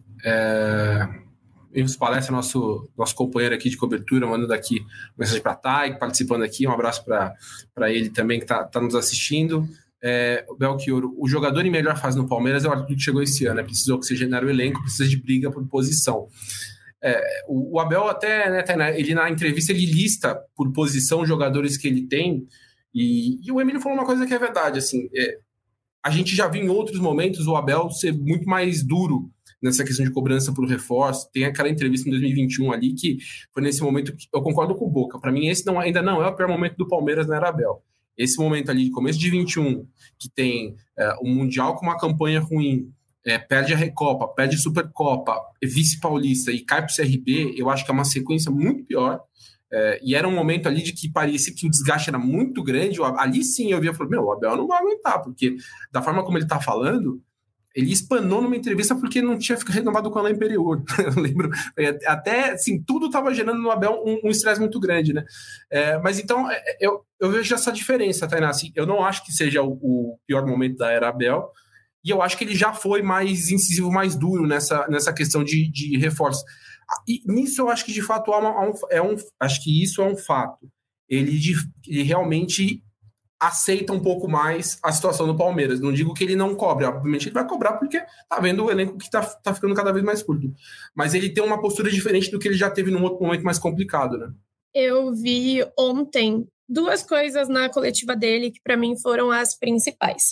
Ives Palestra, nosso companheiro aqui de cobertura, mandando aqui mensagem para a Thay, participando aqui, um abraço para ele também que está nos assistindo. Belchior, o jogador em melhor fase no Palmeiras é o Arthur que chegou esse ano, precisa oxigenar o elenco, precisa de briga por posição. O Abel até, né, ele na entrevista ele lista por posição os jogadores que ele tem, e o Emílio falou uma coisa que é verdade, assim, a gente já viu em outros momentos o Abel ser muito mais duro nessa questão de cobrança por reforço. Tem aquela entrevista em 2021 ali que foi nesse momento que eu concordo com o Boca. Para mim, esse ainda não é o pior momento do Palmeiras na era Abel. Esse momento ali de começo de 21, que tem o Mundial com uma campanha ruim, perde a Recopa, perde a Supercopa, vice-paulista e cai para o CRB, eu acho que é uma sequência muito pior. E era um momento ali de que parecia que o desgaste era muito grande. Ali sim eu via e falei, o Abel não vai aguentar, porque da forma como ele está falando, ele espanou numa entrevista porque não tinha ficado renovado com a Alain Imperior. Eu lembro, até assim, tudo estava gerando no Abel um estresse muito grande, né? Mas então, eu vejo essa diferença, Tainá. Assim, eu não acho que seja o pior momento da era Abel, e eu acho que ele já foi mais incisivo, mais duro nessa questão de reforço. E nisso eu acho que de fato acho que isso é um fato. Ele realmente aceita um pouco mais a situação do Palmeiras. Não digo que ele não cobre, obviamente ele vai cobrar porque tá vendo o elenco que tá ficando cada vez mais curto. Mas ele tem uma postura diferente do que ele já teve num outro momento mais complicado, né? Eu vi ontem 2 coisas na coletiva dele que para mim foram as principais.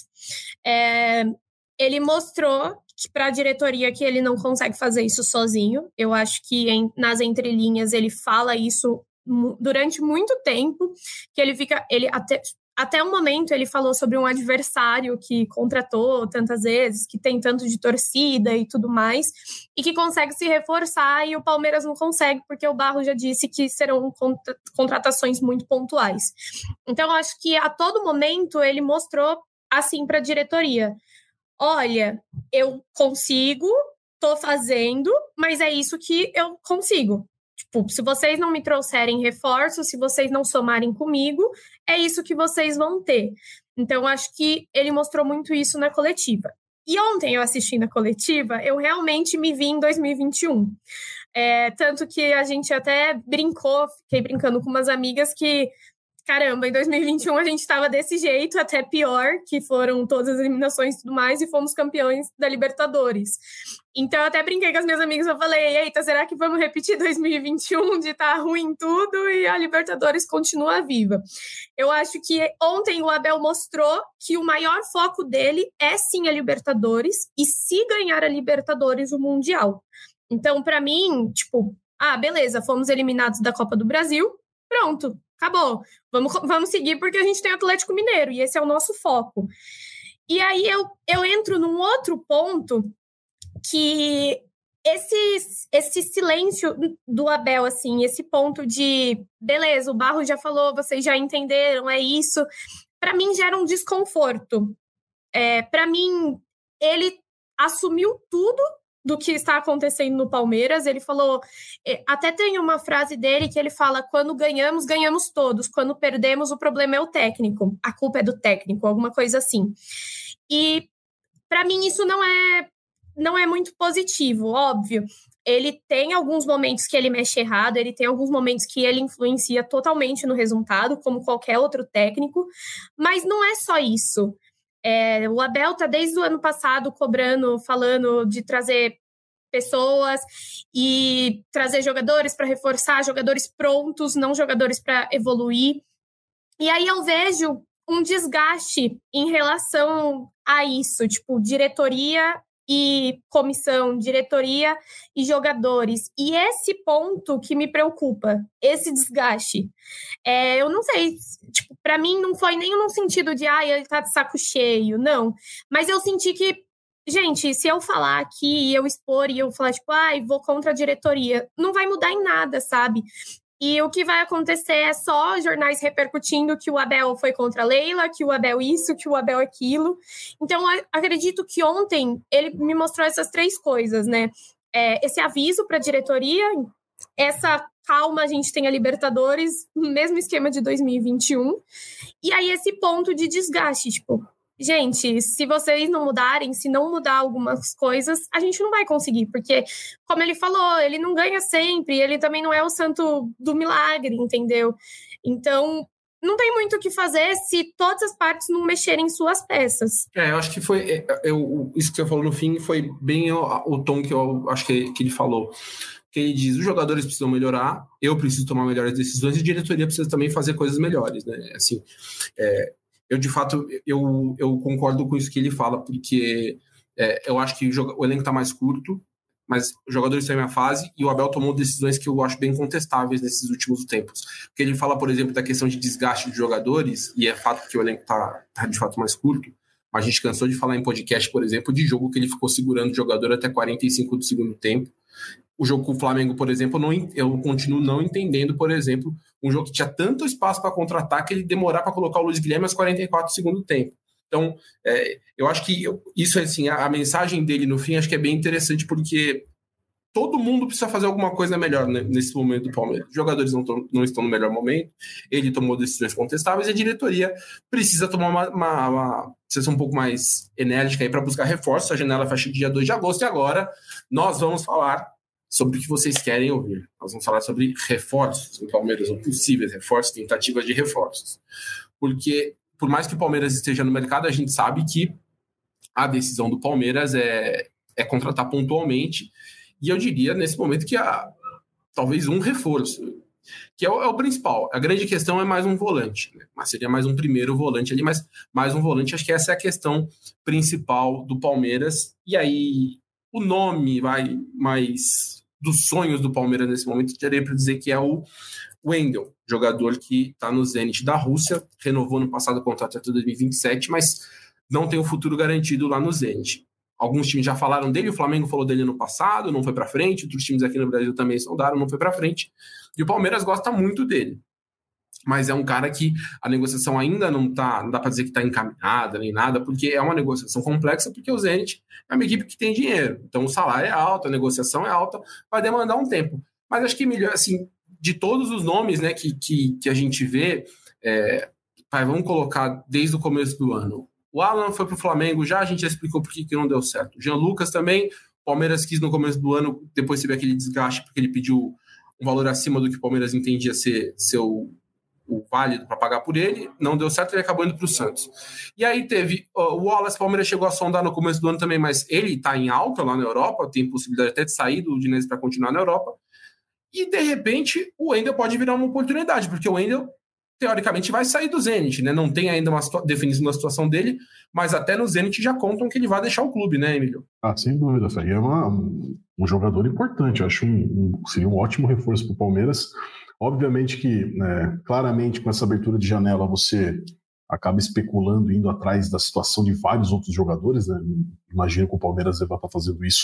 Ele mostrou para a diretoria que ele não consegue fazer isso sozinho. Eu acho que nas entrelinhas ele fala isso durante muito tempo, que ele até o momento ele falou sobre um adversário que contratou tantas vezes, que tem tanto de torcida e tudo mais, e que consegue se reforçar, e o Palmeiras não consegue, porque o Barro já disse que serão contratações muito pontuais. Então, eu acho que a todo momento ele mostrou assim para a diretoria: olha, eu consigo, tô fazendo, mas é isso que eu consigo. Tipo, se vocês não me trouxerem reforço, se vocês não somarem comigo, é isso que vocês vão ter. Então, acho que ele mostrou muito isso na coletiva. E ontem, eu assistindo a coletiva, eu realmente me vi em 2021. Tanto que a gente até fiquei brincando com umas amigas que, caramba, em 2021 a gente estava desse jeito, até pior, que foram todas as eliminações e tudo mais, e fomos campeões da Libertadores. Então, eu até brinquei com as minhas amigas, eu falei, eita, será que vamos repetir 2021 de estar ruim tudo e a Libertadores continua viva? Eu acho que ontem o Abel mostrou que o maior foco dele é sim a Libertadores, e se ganhar a Libertadores, o Mundial. Então, para mim, tipo, beleza, fomos eliminados da Copa do Brasil, pronto, acabou. Vamos seguir porque a gente tem Atlético Mineiro e esse é o nosso foco. E aí eu entro num outro ponto que esse silêncio do Abel, assim, esse ponto de, beleza, o Barro já falou, vocês já entenderam, é isso, para mim gera um desconforto. Para mim, ele assumiu tudo do que está acontecendo no Palmeiras. Ele falou, até tem uma frase dele que ele fala, quando ganhamos, ganhamos todos, quando perdemos, o problema é o técnico, a culpa é do técnico, alguma coisa assim. E para mim isso não é muito positivo, óbvio. Ele tem alguns momentos que ele mexe errado, ele tem alguns momentos que ele influencia totalmente no resultado, como qualquer outro técnico, mas não é só isso. O Abel está desde o ano passado cobrando, falando de trazer pessoas e trazer jogadores para reforçar, jogadores prontos, não jogadores para evoluir. E aí eu vejo um desgaste em relação a isso, tipo, diretoria e comissão, diretoria e jogadores. E esse ponto que me preocupa, esse desgaste. Eu não sei, tipo, para mim não foi nem no sentido de, ele tá de saco cheio, não. Mas eu senti que, gente, se eu falar aqui e eu expor e eu falar, tipo, vou contra a diretoria, não vai mudar em nada, sabe? E o que vai acontecer é só jornais repercutindo que o Abel foi contra a Leila, que o Abel isso, que o Abel aquilo. Então, acredito que ontem ele me mostrou essas 3 coisas, né? Esse aviso para a diretoria, essa calma, a gente tem a Libertadores, mesmo esquema de 2021. E aí esse ponto de desgaste, tipo, gente, se vocês não mudarem, se não mudar algumas coisas, a gente não vai conseguir, porque, como ele falou, ele não ganha sempre, ele também não é o santo do milagre, entendeu? Então, não tem muito o que fazer se todas as partes não mexerem em suas peças. Eu acho que foi... isso que você falou no fim foi bem o tom que eu acho que ele falou. Que ele diz, os jogadores precisam melhorar, eu preciso tomar melhores decisões e a diretoria precisa também fazer coisas melhores, né? Assim, eu, de fato, eu concordo com isso que ele fala, porque eu acho que o elenco está mais curto, mas os jogadores estão em minha fase e o Abel tomou decisões que eu acho bem contestáveis nesses últimos tempos. Porque ele fala, por exemplo, da questão de desgaste de jogadores, e é fato que o elenco está de fato mais curto, mas a gente cansou de falar em podcast, por exemplo, de jogo que ele ficou segurando o jogador até 45 do segundo tempo. O jogo com o Flamengo, por exemplo, eu continuo não entendendo, por exemplo, um jogo que tinha tanto espaço para contra-ataque, ele demorar para colocar o Luiz Guilherme aos 44 do segundo tempo. Então, eu acho que isso, assim, a mensagem dele no fim, acho que é bem interessante, porque todo mundo precisa fazer alguma coisa melhor, né, nesse momento do Palmeiras. Os jogadores não estão no melhor momento, ele tomou decisões contestáveis e a diretoria precisa tomar uma decisão um pouco mais enérgica para buscar reforços. A janela fecha dia 2 de agosto e agora nós vamos falar sobre o que vocês querem ouvir. Nós vamos falar sobre reforços no Palmeiras, ou possíveis reforços, tentativas de reforços. Porque, por mais que o Palmeiras esteja no mercado, a gente sabe que a decisão do Palmeiras é contratar pontualmente, e eu diria, nesse momento, que talvez um reforço, que é o principal. A grande questão é mais um volante, né? Mas seria mais um primeiro volante ali, mas mais um volante, acho que essa é a questão principal do Palmeiras, e aí o nome mais dos sonhos do Palmeiras nesse momento, teria para dizer que é o Wendel, jogador que está no Zenit da Rússia, renovou no passado o contrato até 2027, mas não tem o futuro garantido lá no Zenit. Alguns times já falaram dele, o Flamengo falou dele no passado, não foi para frente, outros times aqui no Brasil também sondaram, não foi para frente, e o Palmeiras gosta muito dele. Mas é um cara que a negociação ainda não dá para dizer que está encaminhada nem nada, porque é uma negociação complexa, porque o Zenit é uma equipe que tem dinheiro, então o salário é alto, a negociação é alta, vai demandar um tempo. Mas acho que melhor, assim, de todos os nomes, né, que a gente vê, vamos colocar desde o começo do ano. O Alan foi para o Flamengo, a gente já explicou por que não deu certo. O Jean Lucas também, o Palmeiras quis no começo do ano, depois teve aquele desgaste, porque ele pediu um valor acima do que o Palmeiras entendia ser o válido para pagar por ele, não deu certo, ele acabou indo para o Santos. E aí teve o Wallace, o Palmeiras chegou a sondar no começo do ano também, mas ele está em alta lá na Europa, tem possibilidade até de sair do Udinese para continuar na Europa, e de repente o Wendel pode virar uma oportunidade, porque o Wendel teoricamente vai sair do Zenit, né? Não tem ainda uma definição da situação dele, mas até no Zenit já contam que ele vai deixar o clube, né, Emílio? Sem dúvida, Ferri. É um jogador importante, eu acho seria um ótimo reforço para o Palmeiras. Obviamente que, claramente, com essa abertura de janela, você acaba especulando, indo atrás da situação de vários outros jogadores, né? Imagino que o Palmeiras vai estar fazendo isso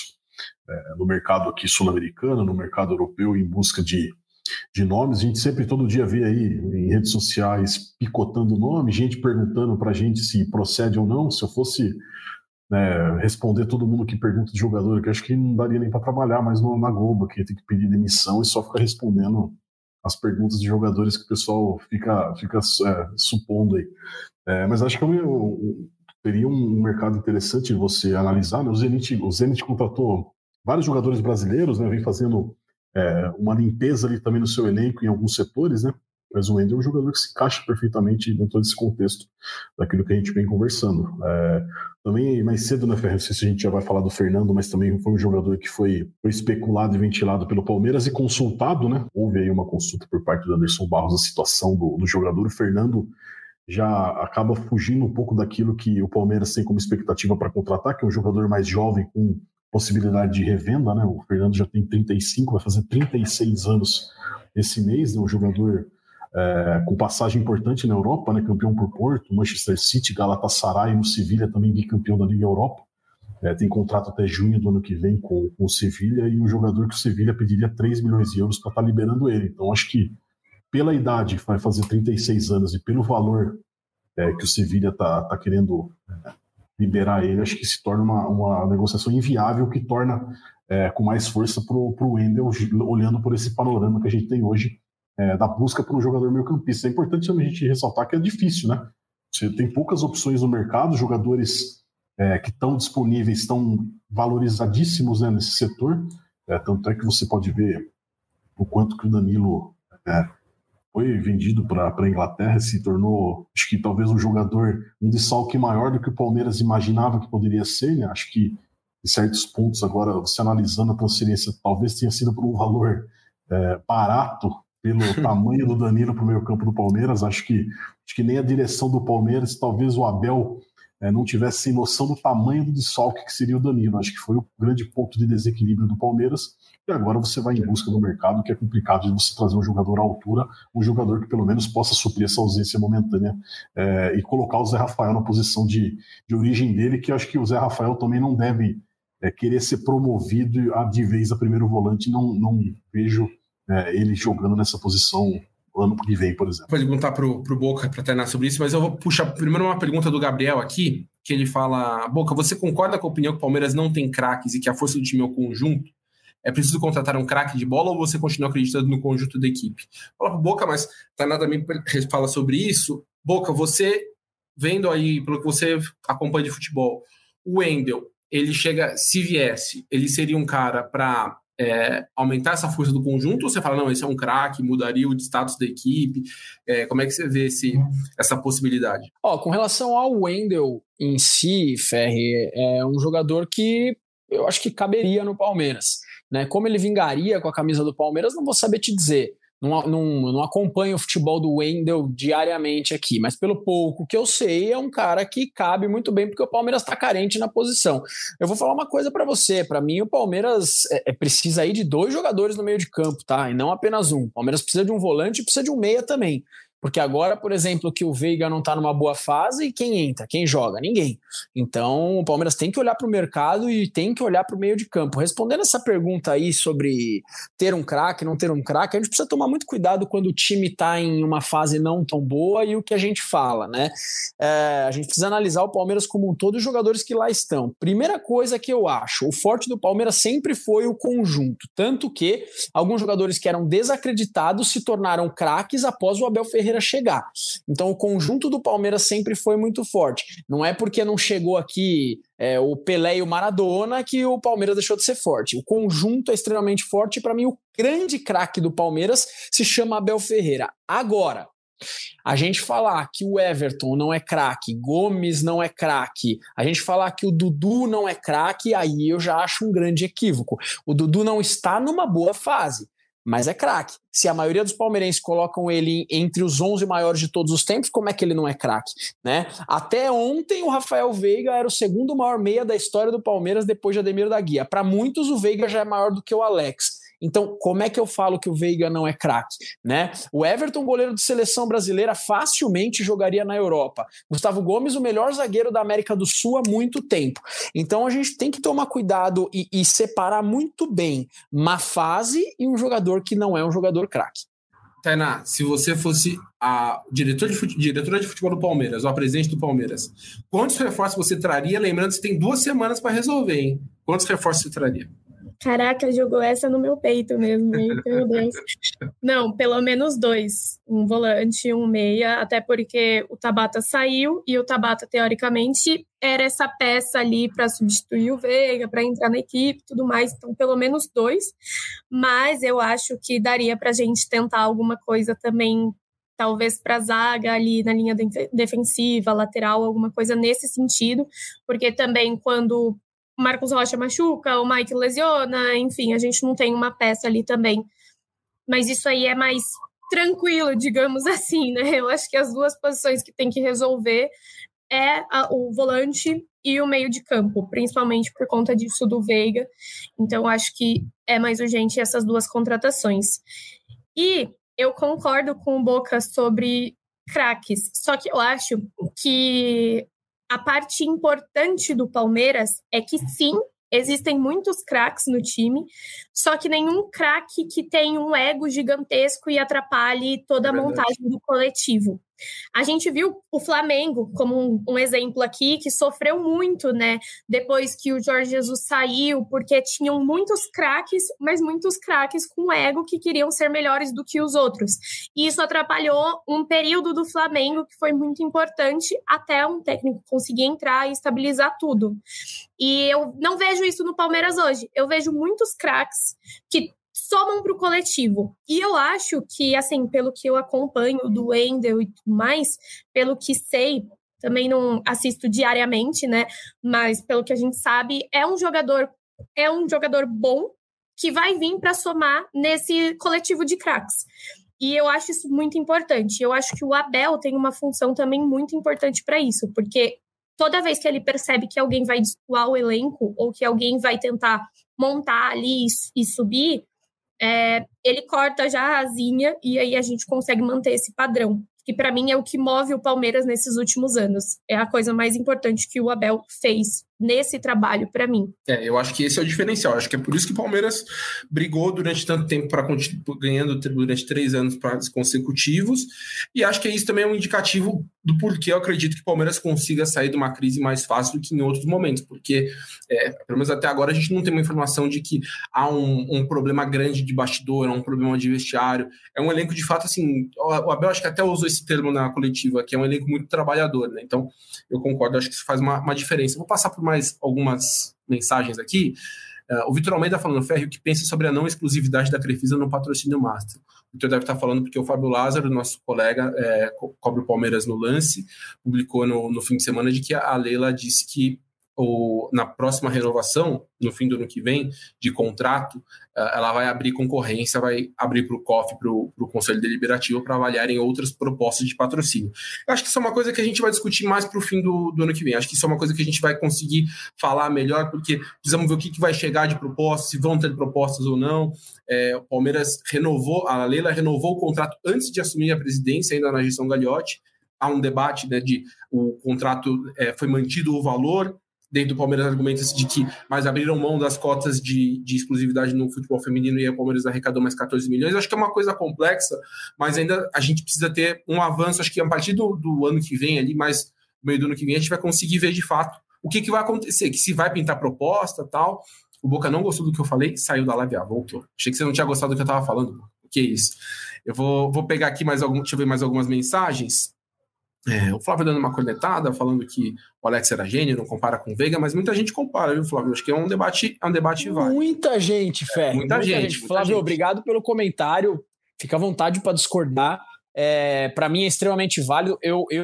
no mercado aqui sul-americano, no mercado europeu, em busca de nomes. A gente sempre, todo dia, vê aí em redes sociais picotando nome, gente perguntando pra gente se procede ou não. Se eu fosse responder todo mundo que pergunta de jogador, que eu acho que não daria nem para trabalhar mais na Globo, que tem que pedir demissão e só ficar respondendo as perguntas de jogadores que o pessoal fica supondo aí. Mas acho que teria um mercado interessante de você analisar, né? O Zenit contratou vários jogadores brasileiros, né? Vem fazendo uma limpeza ali também no seu elenco em alguns setores, né? Mas o Wendel é um jogador que se encaixa perfeitamente dentro desse contexto daquilo que a gente vem conversando. Também mais cedo, né, Ferreira? Não sei se a gente já vai falar do Fernando, mas também foi um jogador que foi especulado e ventilado pelo Palmeiras e consultado, né? Houve aí uma consulta por parte do Anderson Barros, a situação do jogador. O Fernando já acaba fugindo um pouco daquilo que o Palmeiras tem como expectativa para contratar, que é um jogador mais jovem com possibilidade de revenda, né? O Fernando já tem 35, vai fazer 36 anos esse mês, né? Um jogador com passagem importante na Europa, né? Campeão por Porto, Manchester City, Galatasaray, no Sevilha também bicampeão da Liga Europa. Tem contrato até junho do ano que vem com o Sevilha, e um jogador que o Sevilha pediria 3 milhões de euros para estar liberando ele. Então acho que pela idade, vai fazer 36 anos, e pelo valor que o Sevilha está querendo liberar ele, acho que se torna uma negociação inviável, que torna com mais força para o Wendel, olhando por esse panorama que a gente tem hoje, da busca por um jogador meio-campista. É importante também a gente ressaltar que é difícil, né? Você tem poucas opções no mercado, jogadores que estão disponíveis, estão valorizadíssimos, né, nesse setor. Tanto é que você pode ver o quanto que o Danilo foi vendido para a Inglaterra, se tornou, acho que talvez um desfalque maior do que o Palmeiras imaginava que poderia ser, né? Acho que em certos pontos, agora, você analisando a transferência, talvez tenha sido por um valor barato, pelo tamanho do Danilo para o meio campo do Palmeiras. Acho que nem a direção do Palmeiras, talvez o Abel não tivesse noção do tamanho do desfalque que seria o Danilo. Acho que foi o grande ponto de desequilíbrio do Palmeiras, e agora você vai em busca do mercado, que é complicado de você trazer um jogador à altura, um jogador que pelo menos possa suprir essa ausência momentânea, e colocar o Zé Rafael na posição de origem dele, que eu acho que o Zé Rafael também não deve querer ser promovido de vez a primeiro volante. Não vejo ele jogando nessa posição ano que vem, por exemplo. Vou perguntar pro Boca para treinar sobre isso, mas eu vou puxar primeiro uma pergunta do Gabriel aqui, que ele fala: Boca, você concorda com a opinião que o Palmeiras não tem craques e que a força do time é o conjunto? É preciso contratar um craque de bola, ou você continua acreditando no conjunto da equipe? Fala pro Boca, mas Tainá também fala sobre isso. Boca, você vendo aí, pelo que você acompanha de futebol, o Wendel, ele chega, se viesse, ele seria um cara para aumentar essa força do conjunto, ou você fala, não, esse é um craque, mudaria o status da equipe? Como é que você vê essa possibilidade? Com relação ao Wendel em si, Ferri, é um jogador que eu acho que caberia no Palmeiras, né? Como ele vingaria com a camisa do Palmeiras, não vou saber te dizer. Não acompanho o futebol do Wendel diariamente aqui, mas pelo pouco que eu sei, é um cara que cabe muito bem, porque o Palmeiras está carente na posição. Eu vou falar uma coisa para você: para mim o Palmeiras precisa aí de 2 jogadores no meio de campo, tá? E não apenas um. O Palmeiras precisa de um volante e precisa de um meia também. Porque agora, por exemplo, que o Veiga não está numa boa fase, quem entra? Quem joga? Ninguém. Então, o Palmeiras tem que olhar para o mercado e tem que olhar para o meio de campo. Respondendo essa pergunta aí sobre ter um craque, não ter um craque, a gente precisa tomar muito cuidado quando o time está em uma fase não tão boa e o que a gente fala, né? A gente precisa analisar o Palmeiras como um todo e os jogadores que lá estão. Primeira coisa que eu acho, o forte do Palmeiras sempre foi o conjunto. Tanto que alguns jogadores que eram desacreditados se tornaram craques após o Abel Ferreira chegar. Então o conjunto do Palmeiras sempre foi muito forte. Não é porque não chegou aqui o Pelé e o Maradona que o Palmeiras deixou de ser forte. O conjunto é extremamente forte, e para mim o grande craque do Palmeiras se chama Abel Ferreira. Agora, a gente falar que o Everton não é craque, Gomes não é craque, a gente falar que o Dudu não é craque, aí eu já acho um grande equívoco. O Dudu não está numa boa fase, mas é craque. Se a maioria dos palmeirenses colocam ele entre os 11 maiores de todos os tempos, como é que ele não é craque, né? Até ontem o Rafael Veiga era o segundo maior meia da história do Palmeiras depois de Ademir da Guia. Para muitos o Veiga já é maior do que o Alex. Então, como é que eu falo que o Veiga não é craque, né? O Everton, goleiro de seleção brasileira, facilmente jogaria na Europa. Gustavo Gomes, o melhor zagueiro da América do Sul há muito tempo. Então, a gente tem que tomar cuidado e separar muito bem má fase e um jogador que não é um jogador craque. Tainá, se você fosse a diretora de futebol do Palmeiras, ou a presidente do Palmeiras, quantos reforços você traria? Lembrando que você tem 2 semanas para resolver, hein? Quantos reforços você traria? Caraca, jogou essa no meu peito mesmo, hein? Meu Deus. Não, pelo menos 2. Um volante e um meia, até porque o Tabata saiu e o Tabata, teoricamente, era essa peça ali para substituir o Veiga, para entrar na equipe e tudo mais. Então, pelo menos 2. Mas eu acho que daria para a gente tentar alguma coisa também, talvez para a zaga ali na linha defensiva, lateral, alguma coisa nesse sentido, porque também quando o Marcos Rocha machuca, o Mike lesiona, enfim, a gente não tem uma peça ali também. Mas isso aí é mais tranquilo, digamos assim, né? Eu acho que as 2 posições que tem que resolver é o volante e o meio de campo, principalmente por conta disso do Veiga. Então, acho que é mais urgente essas 2 contratações. E eu concordo com o Boca sobre craques, só que eu acho que a parte importante do Palmeiras é que, sim, existem muitos craques no time, só que nenhum craque que tem um ego gigantesco e atrapalhe toda a montagem do coletivo. A gente viu o Flamengo como um exemplo aqui, que sofreu muito, né, depois que o Jorge Jesus saiu, porque tinham muitos craques, mas muitos craques com ego que queriam ser melhores do que os outros. E isso atrapalhou um período do Flamengo que foi muito importante até um técnico conseguir entrar e estabilizar tudo. E eu não vejo isso no Palmeiras hoje. Eu vejo muitos craques que somam para o coletivo. E eu acho que, assim, pelo que eu acompanho do Wendel e tudo mais, pelo que sei, também não assisto diariamente, né? Mas pelo que a gente sabe, é um jogador bom que vai vir para somar nesse coletivo de craques. E eu acho isso muito importante. Eu acho que o Abel tem uma função também muito importante para isso, porque toda vez que ele percebe que alguém vai destoar o elenco ou que alguém vai tentar montar ali e subir, ele corta já a asinha e aí a gente consegue manter esse padrão, que para mim é o que move o Palmeiras nesses últimos anos. É a coisa mais importante que o Abel fez nesse trabalho, para mim. Eu acho que esse é o diferencial. Acho que é por isso que o Palmeiras brigou durante tanto tempo para continuar ganhando durante 3 anos consecutivos, e acho que isso também é um indicativo do porquê eu acredito que o Palmeiras consiga sair de uma crise mais fácil do que em outros momentos, porque pelo menos até agora a gente não tem uma informação de que há um problema grande de bastidor, um problema de vestiário. É um elenco de fato, assim, o Abel acho que até usou esse termo na coletiva, que é um elenco muito trabalhador, né? Então eu concordo, acho que isso faz uma diferença. Vou passar por mais algumas mensagens aqui. O Vitor Almeida falando, Ferri, o que pensa sobre a não exclusividade da Crefisa no patrocínio Master? O Vitor deve estar falando porque o Fábio Lázaro, nosso colega, cobre o Palmeiras no Lance, publicou no fim de semana de que a Leila disse que na próxima renovação, no fim do ano que vem, de contrato, ela vai abrir concorrência, vai abrir para o COF, para o Conselho Deliberativo, para avaliarem outras propostas de patrocínio. Eu acho que isso é uma coisa que a gente vai discutir mais para o fim do ano que vem. Acho que isso é uma coisa que a gente vai conseguir falar melhor, porque precisamos ver o que vai chegar de propostas, se vão ter propostas ou não. O Palmeiras a Leila renovou o contrato antes de assumir a presidência, ainda na gestão Gagliotti. Há um debate, né, de o contrato foi mantido o valor. Dentro do Palmeiras argumenta-se de que mais abriram mão das cotas de exclusividade no futebol feminino e aí o Palmeiras arrecadou mais 14 milhões. Acho que é uma coisa complexa, mas ainda a gente precisa ter um avanço. Acho que a partir do ano que vem, ali mais no meio do ano que vem, a gente vai conseguir ver de fato o que vai acontecer, que se vai pintar proposta e tal. O Boca não gostou do que eu falei, saiu da live, voltou. Achei que você não tinha gostado do que eu estava falando. O que é isso? Eu vou pegar aqui deixa eu ver mais algumas mensagens. O Flávio dando uma cornetada, falando que o Alex era gênio, não compara com o Veiga, mas muita gente compara, viu, Flávio? Acho que é um debate válido. Muita gente, Ferri. Muita gente. Flávio, obrigado pelo comentário. Fica à vontade para discordar. Para mim é extremamente válido.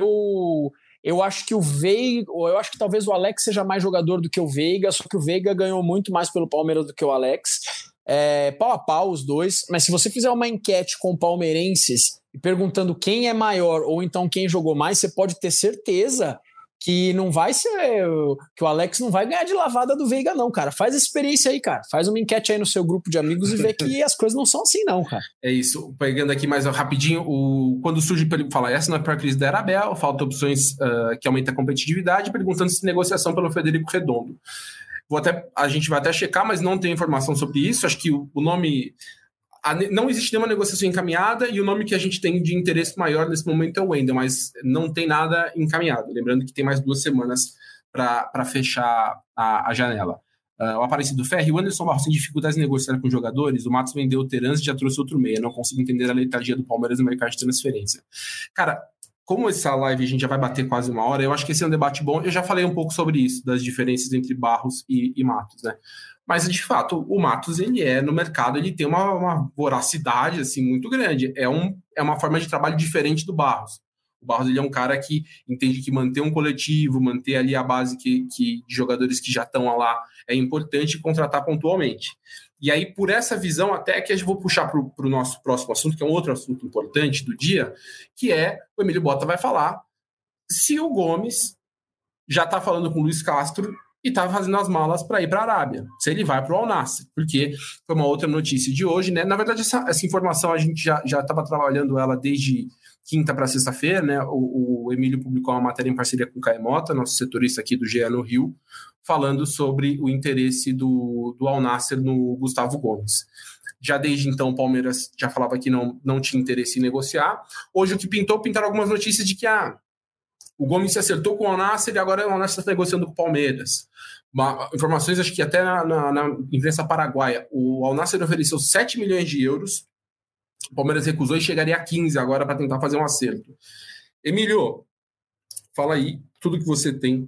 Eu acho que o Veiga, eu acho que talvez o Alex seja mais jogador do que o Veiga, só que o Veiga ganhou muito mais pelo Palmeiras do que o Alex. Pau a pau os dois, mas se você fizer uma enquete com palmeirenses e perguntando quem é maior ou então quem jogou mais, você pode ter certeza que não vai ser, que o Alex não vai ganhar de lavada do Veiga não, cara. Faz a experiência aí, cara. Faz uma enquete aí no seu grupo de amigos e vê que as coisas não são assim não, cara. É isso. Pegando aqui mais rapidinho, quando surge para falar, essa não é para a crise da Arabel, falta opções que aumentam a competitividade, perguntando se negociação pelo Frederico Redondo. A gente vai até checar, mas não tem informação sobre isso. Acho que o nome... Não existe nenhuma negociação encaminhada e o nome que a gente tem de interesse maior nesse momento é o Wendel, mas não tem nada encaminhado. Lembrando que tem mais 2 semanas para fechar a janela. O Aparecido Ferri, o Anderson Barros tem dificuldades em negociar com jogadores, o Matos vendeu o Terence e já trouxe outro meia. Não consigo entender a letargia do Palmeiras no mercado de transferência. Cara, como essa live a gente já vai bater quase 1 hora, eu acho que esse é um debate bom. Eu já falei um pouco sobre isso, das diferenças entre Barros e Matos, né? Mas, de fato, o Matos, ele no mercado, ele tem uma voracidade, assim, muito grande. É uma forma de trabalho diferente do Barros. O Barros, ele é um cara que entende que manter um coletivo, manter ali a base de jogadores que já estão lá, é importante contratar pontualmente. E aí, por essa visão, até que eu vou puxar para o nosso próximo assunto, que é um outro assunto importante do dia, que é, o Emílio Botta vai falar, se o Gomes já está falando com o Luiz Castro e está fazendo as malas para ir para a Arábia, se ele vai para o Al Nassr, porque foi uma outra notícia de hoje, né? Na verdade, essa informação a gente já estava trabalhando ela desde quinta para sexta-feira, né? O Emílio publicou uma matéria em parceria com o Caio Mota, nosso setorista aqui do GE no Rio, falando sobre o interesse do Al Nassr no Gustavo Gomes. Já desde então o Palmeiras já falava que não tinha interesse em negociar. Hoje o que pintaram algumas notícias de que o Gomes se acertou com o Al Nassr e agora o Al Nassr está negociando com o Palmeiras. Informações, acho que até na imprensa paraguaia, o Al Nassr ofereceu 7 milhões de euros, o Palmeiras recusou e chegaria a 15 agora para tentar fazer um acerto. Emílio, fala aí tudo que você tem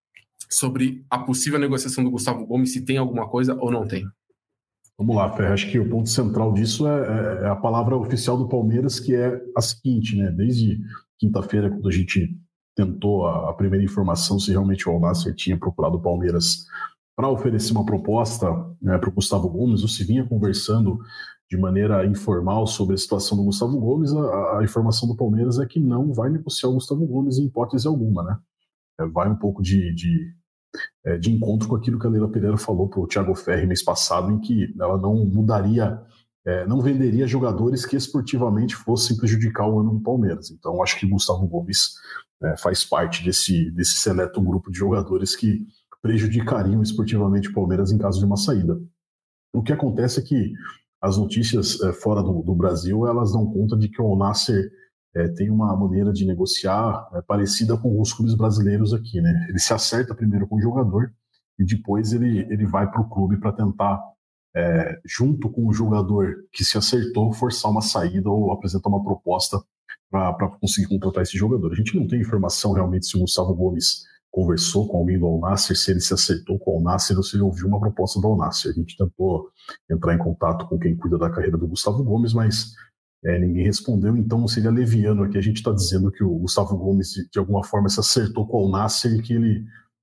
sobre a possível negociação do Gustavo Gomes, se tem alguma coisa ou não tem. Vamos lá, Ferre. Acho que o ponto central disso é a palavra oficial do Palmeiras, que é a seguinte, né? Desde quinta-feira, quando a gente tentou a primeira informação se realmente o Al Nassr tinha procurado o Palmeiras para oferecer uma proposta, né, para o Gustavo Gomes, ou se vinha conversando de maneira informal sobre a situação do Gustavo Gomes, a informação do Palmeiras é que não vai negociar o Gustavo Gomes em hipótese alguma, né? Vai um pouco de encontro com aquilo que a Leila Pereira falou para o Thiago Ferri mês passado, em que ela não mudaria, não venderia jogadores que esportivamente fossem prejudicar o ano do Palmeiras. Então acho que o Gustavo Gomes faz parte desse seleto grupo de jogadores que prejudicariam esportivamente o Palmeiras em caso de uma saída. O que acontece é que as notícias fora do Brasil, elas dão conta de que o Al Nassr tem uma maneira de negociar parecida com os clubes brasileiros aqui, né? Ele se acerta primeiro com o jogador e depois ele vai para o clube para tentar, junto com o jogador que se acertou, forçar uma saída ou apresentar uma proposta para conseguir contratar esse jogador. A gente não tem informação realmente se o Gustavo Gomes conversou com alguém do Al Nassr, se ele se acertou com o Al Nassr ou se ele ouviu uma proposta do Al Nassr. A gente tentou entrar em contato com quem cuida da carreira do Gustavo Gomes, mas ninguém respondeu. Então seria leviano aqui a gente está dizendo que o Gustavo Gomes de alguma forma se acertou com o Al Nassr e que ele